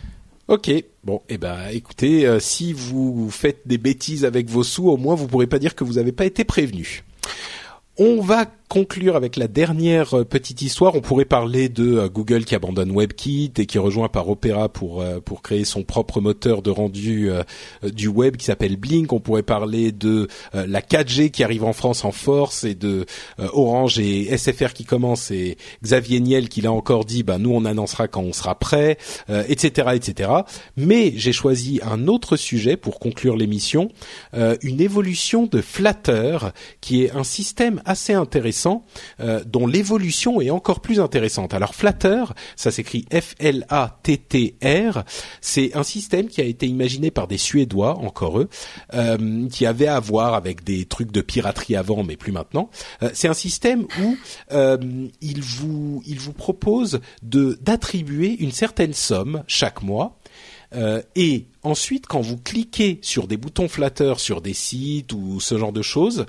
Ok, bon, écoutez, si vous faites des bêtises avec vos sous, au moins vous pourrez pas dire que vous n'avez pas été prévenu. On va conclure avec la dernière petite histoire. On pourrait parler de Google qui abandonne WebKit et qui est rejoint par Opera pour créer son propre moteur de rendu du web qui s'appelle Blink. On pourrait parler de la 4G qui arrive en France en force et de Orange et SFR qui commence et Xavier Niel qui l'a encore dit nous on annoncera quand on sera prêt, etc. Mais j'ai choisi un autre sujet pour conclure l'émission, une évolution de Flatter qui est un système assez intéressant dont l'évolution est encore plus intéressante. Alors Flatter, ça s'écrit F-L-A-T-T-R, c'est un système qui a été imaginé par des Suédois, encore eux, qui avait à voir avec des trucs de piraterie avant, mais plus maintenant. C'est un système où il vous propose d'attribuer une certaine somme chaque mois. Et ensuite, quand vous cliquez sur des boutons flatteurs sur des sites ou ce genre de choses,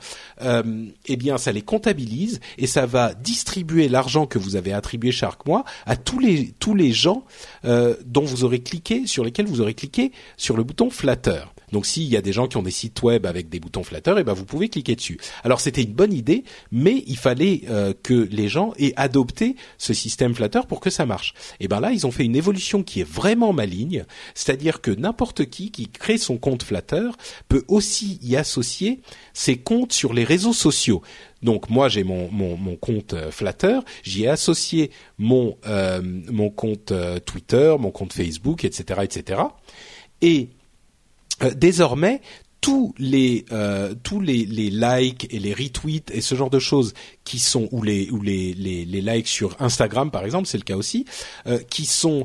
ça les comptabilise et ça va distribuer l'argent que vous avez attribué chaque mois à tous les gens dont vous aurez cliqué, sur lesquels vous aurez cliqué sur le bouton flatteur. Donc s'il y a des gens qui ont des sites web avec des boutons flatteurs, vous pouvez cliquer dessus. Alors c'était une bonne idée, mais il fallait que les gens aient adopté ce système flatteur pour que ça marche. Et là, ils ont fait une évolution qui est vraiment maligne, c'est-à-dire que n'importe qui crée son compte flatteur peut aussi y associer ses comptes sur les réseaux sociaux. Donc moi j'ai mon compte Flatter, j'y ai associé mon compte Twitter, mon compte Facebook, etc. Et désormais, tous les likes et les retweets et ce genre de choses qui sont ou les likes sur Instagram par exemple, c'est le cas aussi, qui sont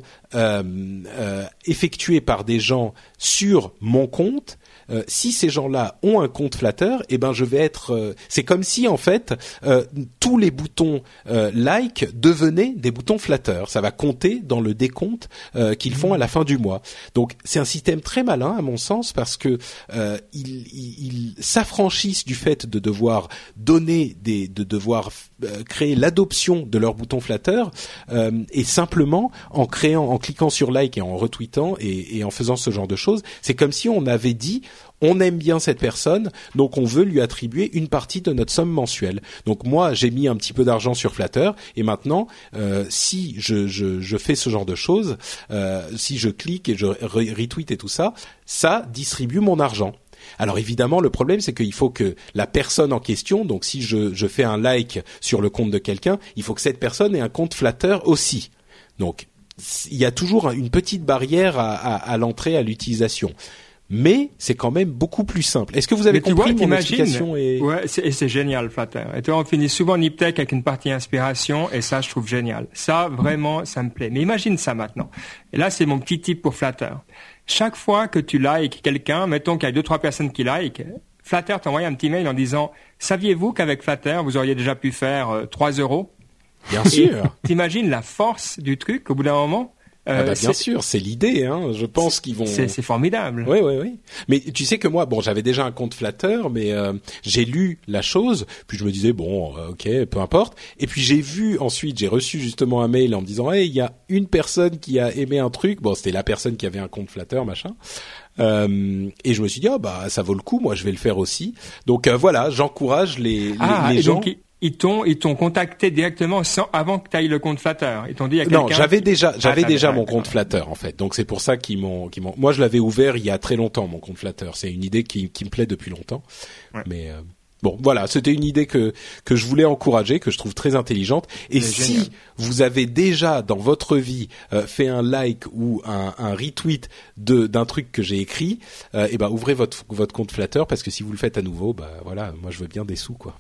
effectués par des gens sur mon compte. Si ces gens-là ont un compte Flatter, je vais être. C'est comme si en fait tous les boutons like devenaient des boutons Flatter. Ça va compter dans le décompte qu'ils font à la fin du mois. Donc c'est un système très malin à mon sens parce que ils s'affranchissent du fait de devoir créer l'adoption de leurs boutons Flatter et simplement en cliquant sur like et en retweetant et en faisant ce genre de choses, c'est comme si on avait dit on aime bien cette personne, donc on veut lui attribuer une partie de notre somme mensuelle. Donc moi, j'ai mis un petit peu d'argent sur Flatter, et maintenant, si je fais ce genre de choses, si je clique et je retweet et tout ça, ça distribue mon argent. Alors évidemment, le problème, c'est qu'il faut que la personne en question, donc si je fais un like sur le compte de quelqu'un, il faut que cette personne ait un compte Flatter aussi. Donc il y a toujours une petite barrière à l'entrée, à l'utilisation. Mais c'est quand même beaucoup plus simple. Est-ce que vous avez compris mon explication Ouais, c'est génial, Flatter. Et toi, on finit souvent Niptech avec une partie inspiration, et ça, je trouve génial. Ça, vraiment, ça me plaît. Mais imagine ça maintenant. Et là, c'est mon petit tip pour Flatter. Chaque fois que tu likes quelqu'un, mettons qu'il y a 2-3 personnes qui likent, Flatter t'envoie un petit mail en disant « Saviez-vous qu'avec Flatter, vous auriez déjà pu faire 3 €? » Bien sûr. T'imagines la force du truc au bout d'un moment? Bien sûr, c'est l'idée, hein. Je pense qu'ils vont. C'est formidable. Oui. Mais tu sais que moi, j'avais déjà un compte Flatter, mais j'ai lu la chose, puis je me disais ok, peu importe. Et puis j'ai reçu justement un mail en me disant, il y a une personne qui a aimé un truc. Bon, c'était la personne qui avait un compte Flatter, machin. Et je me suis dit, ça vaut le coup. Moi, je vais le faire aussi. Donc voilà, j'encourage les gens. Donc, ils t'ont contacté directement avant que tu ailles le compte Flatter. Ils t'ont dit non, j'avais déjà mon compte Flatter en fait. Donc c'est pour ça qu'ils m'ont. Moi, je l'avais ouvert il y a très longtemps mon compte Flatter. C'est une idée qui me plaît depuis longtemps. Ouais. Mais bon, voilà, c'était une idée que je voulais encourager, que je trouve très intelligente. Et si génial. Vous avez déjà dans votre vie fait un like ou un retweet d'un truc que j'ai écrit, ouvrez votre compte Flatter parce que si vous le faites à nouveau, voilà, moi je veux bien des sous quoi.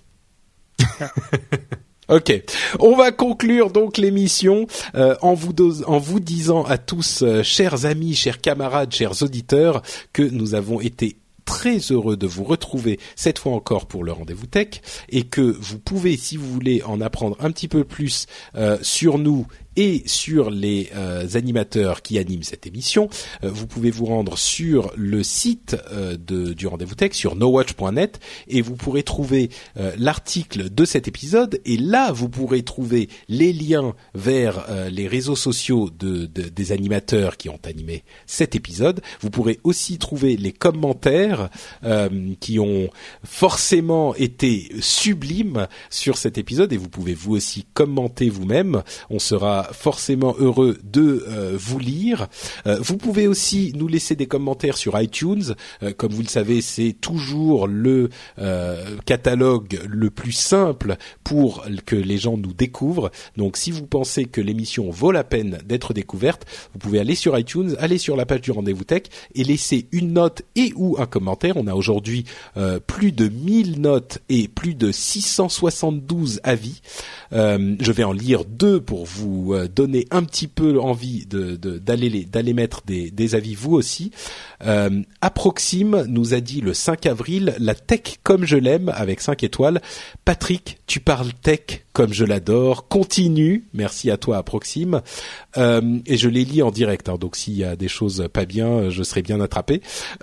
Ok, on va conclure donc l'émission en vous disant à tous, chers amis, chers camarades, chers auditeurs, que nous avons été très heureux de vous retrouver cette fois encore pour le Rendez-vous Tech et que vous pouvez, si vous voulez en apprendre un petit peu plus sur nous et sur les animateurs qui animent cette émission, vous pouvez vous rendre sur le site du Rendez-vous Tech, sur nowatch.net, et vous pourrez trouver l'article de cet épisode, et là vous pourrez trouver les liens vers les réseaux sociaux des animateurs qui ont animé cet épisode. Vous pourrez aussi trouver les commentaires qui ont forcément été sublimes sur cet épisode, et vous pouvez vous aussi commenter vous-même. On sera forcément heureux de vous lire. Vous pouvez aussi nous laisser des commentaires sur iTunes. Comme vous le savez, c'est toujours le catalogue le plus simple pour que les gens nous découvrent. Donc si vous pensez que l'émission vaut la peine d'être découverte, vous pouvez aller sur iTunes, aller sur la page du Rendez-vous Tech et laisser une note et ou un commentaire. On a aujourd'hui plus de 1000 notes et plus de 672 avis. Je vais en lire 2 pour vous donner un petit peu envie d'aller mettre des avis vous aussi. Approxime nous a dit le 5 avril, la tech comme je l'aime, avec 5 étoiles. Patrick, tu parles tech comme je l'adore. Continue. Merci à toi, Approxime. Et je les lis en direct, hein, donc s'il y a des choses pas bien, je serai bien attrapé.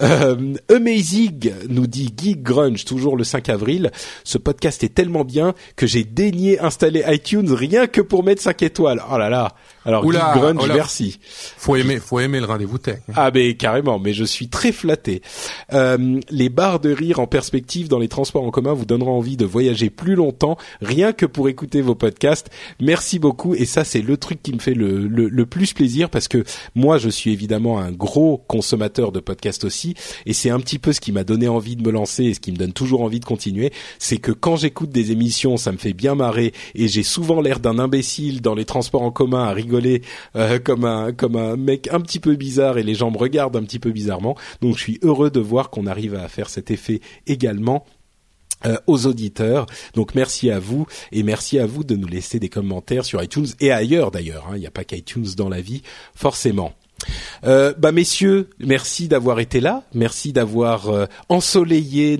Amazing nous dit Geek Grunge, toujours le 5 avril. Ce podcast est tellement bien que j'ai daigné installer iTunes rien que pour mettre 5 étoiles. Oh là là. Alors Geek Grunge, merci. Faut aimer le Rendez-vous Tech. Ah mais carrément, mais je suis très flatté. Les barres de rire en perspective dans les transports en commun vous donneront envie de voyager plus longtemps rien que pour écouter vos podcasts. Merci beaucoup, et ça c'est le truc qui me fait le plus plaisir, parce que moi je suis évidemment un gros consommateur de podcasts aussi, et c'est un petit peu ce qui m'a donné envie de me lancer et ce qui me donne toujours envie de continuer, c'est que quand j'écoute des émissions, ça me fait bien marrer, et j'ai souvent l'air d'un imbécile dans les transports en commun à rigoler comme un mec un petit peu bizarre, et les gens me regardent un petit peu bizarrement. Donc je suis heureux de voir qu'on arrive à faire cet effet également aux auditeurs. Donc merci à vous, et merci à vous de nous laisser des commentaires sur iTunes et ailleurs d'ailleurs, hein. Il n'y a pas qu'iTunes dans la vie, forcément. Messieurs, merci d'avoir été là, merci d'avoir ensoleillé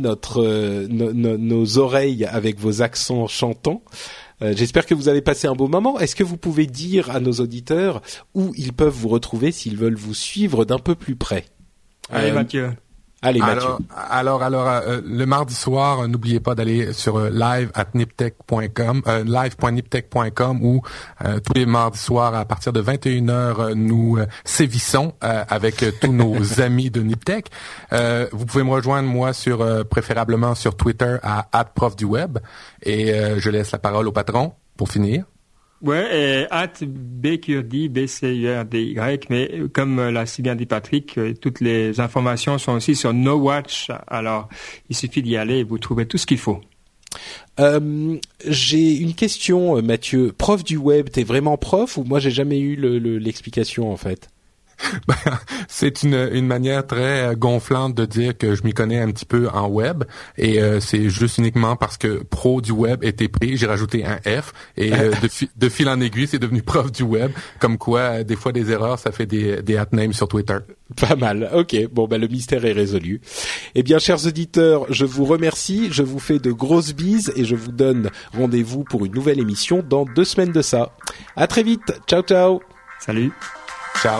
nos oreilles avec vos accents chantants. J'espère que vous avez passé un beau moment. Est-ce que vous pouvez dire à nos auditeurs où ils peuvent vous retrouver s'ils veulent vous suivre d'un peu plus près? Allez Mathieu. Allez Mathieu. Alors, le mardi soir, n'oubliez pas d'aller sur live@niptech.com, live.niptech.com, où tous les mardis soirs à partir de 21h nous sévissons avec tous nos amis de Niptech. Vous pouvez me rejoindre moi préférablement sur Twitter à @profduweb, et je laisse la parole au patron pour finir. Ouais, @BQRD, BCURDY, mais comme l'a si bien dit Patrick, toutes les informations sont aussi sur NoWatch, alors il suffit d'y aller et vous trouvez tout ce qu'il faut. J'ai une question, Mathieu. Prof du web, t'es vraiment prof, ou moi j'ai jamais eu l'explication en fait? C'est une manière très gonflante de dire que je m'y connais un petit peu en web, et c'est juste uniquement parce que pro du web était pris, j'ai rajouté un F, et de fil en aiguille c'est devenu prof du web, comme quoi des fois des erreurs ça fait des @names sur Twitter. Pas mal. Ok, bon le mystère est résolu. Eh bien, chers auditeurs, je vous remercie, je vous fais de grosses bises, et je vous donne rendez-vous pour une nouvelle émission dans 2 semaines de ça. À très vite. Ciao ciao. Salut. Ciao.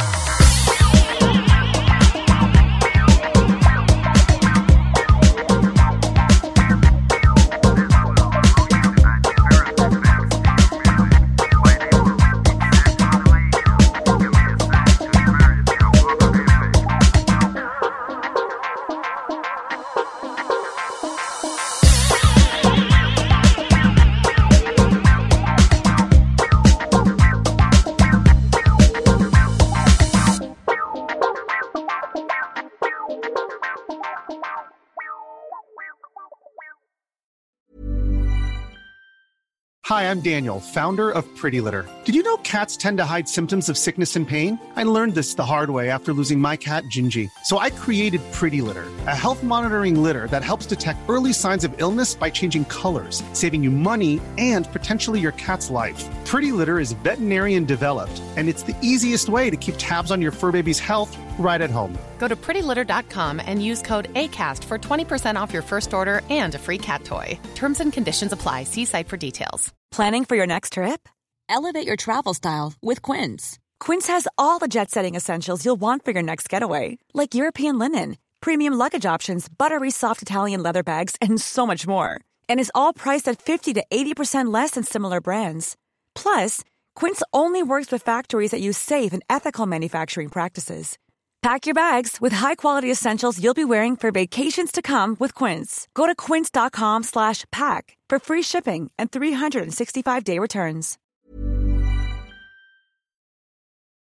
Hi, I'm Daniel, founder of Pretty Litter. Did you know cats tend to hide symptoms of sickness and pain? I learned this the hard way after losing my cat, Gingy. So I created Pretty Litter, a health monitoring litter that helps detect early signs of illness by changing colors, saving you money and potentially your cat's life. Pretty Litter is veterinarian developed, and it's the easiest way to keep tabs on your fur baby's health right at home. Go to prettylitter.com and use code ACAST for 20% off your first order and a free cat toy. Terms and conditions apply. See site for details. Planning for your next trip? Elevate your travel style with Quince. Quince has all the jet-setting essentials you'll want for your next getaway, like European linen, premium luggage options, buttery soft Italian leather bags, and so much more. And is all priced at 50 to 80% less than similar brands. Plus, Quince only works with factories that use safe and ethical manufacturing practices. Pack your bags with high-quality essentials you'll be wearing for vacations to come with Quince. Go to quince.com/pack for free shipping and 365-day returns.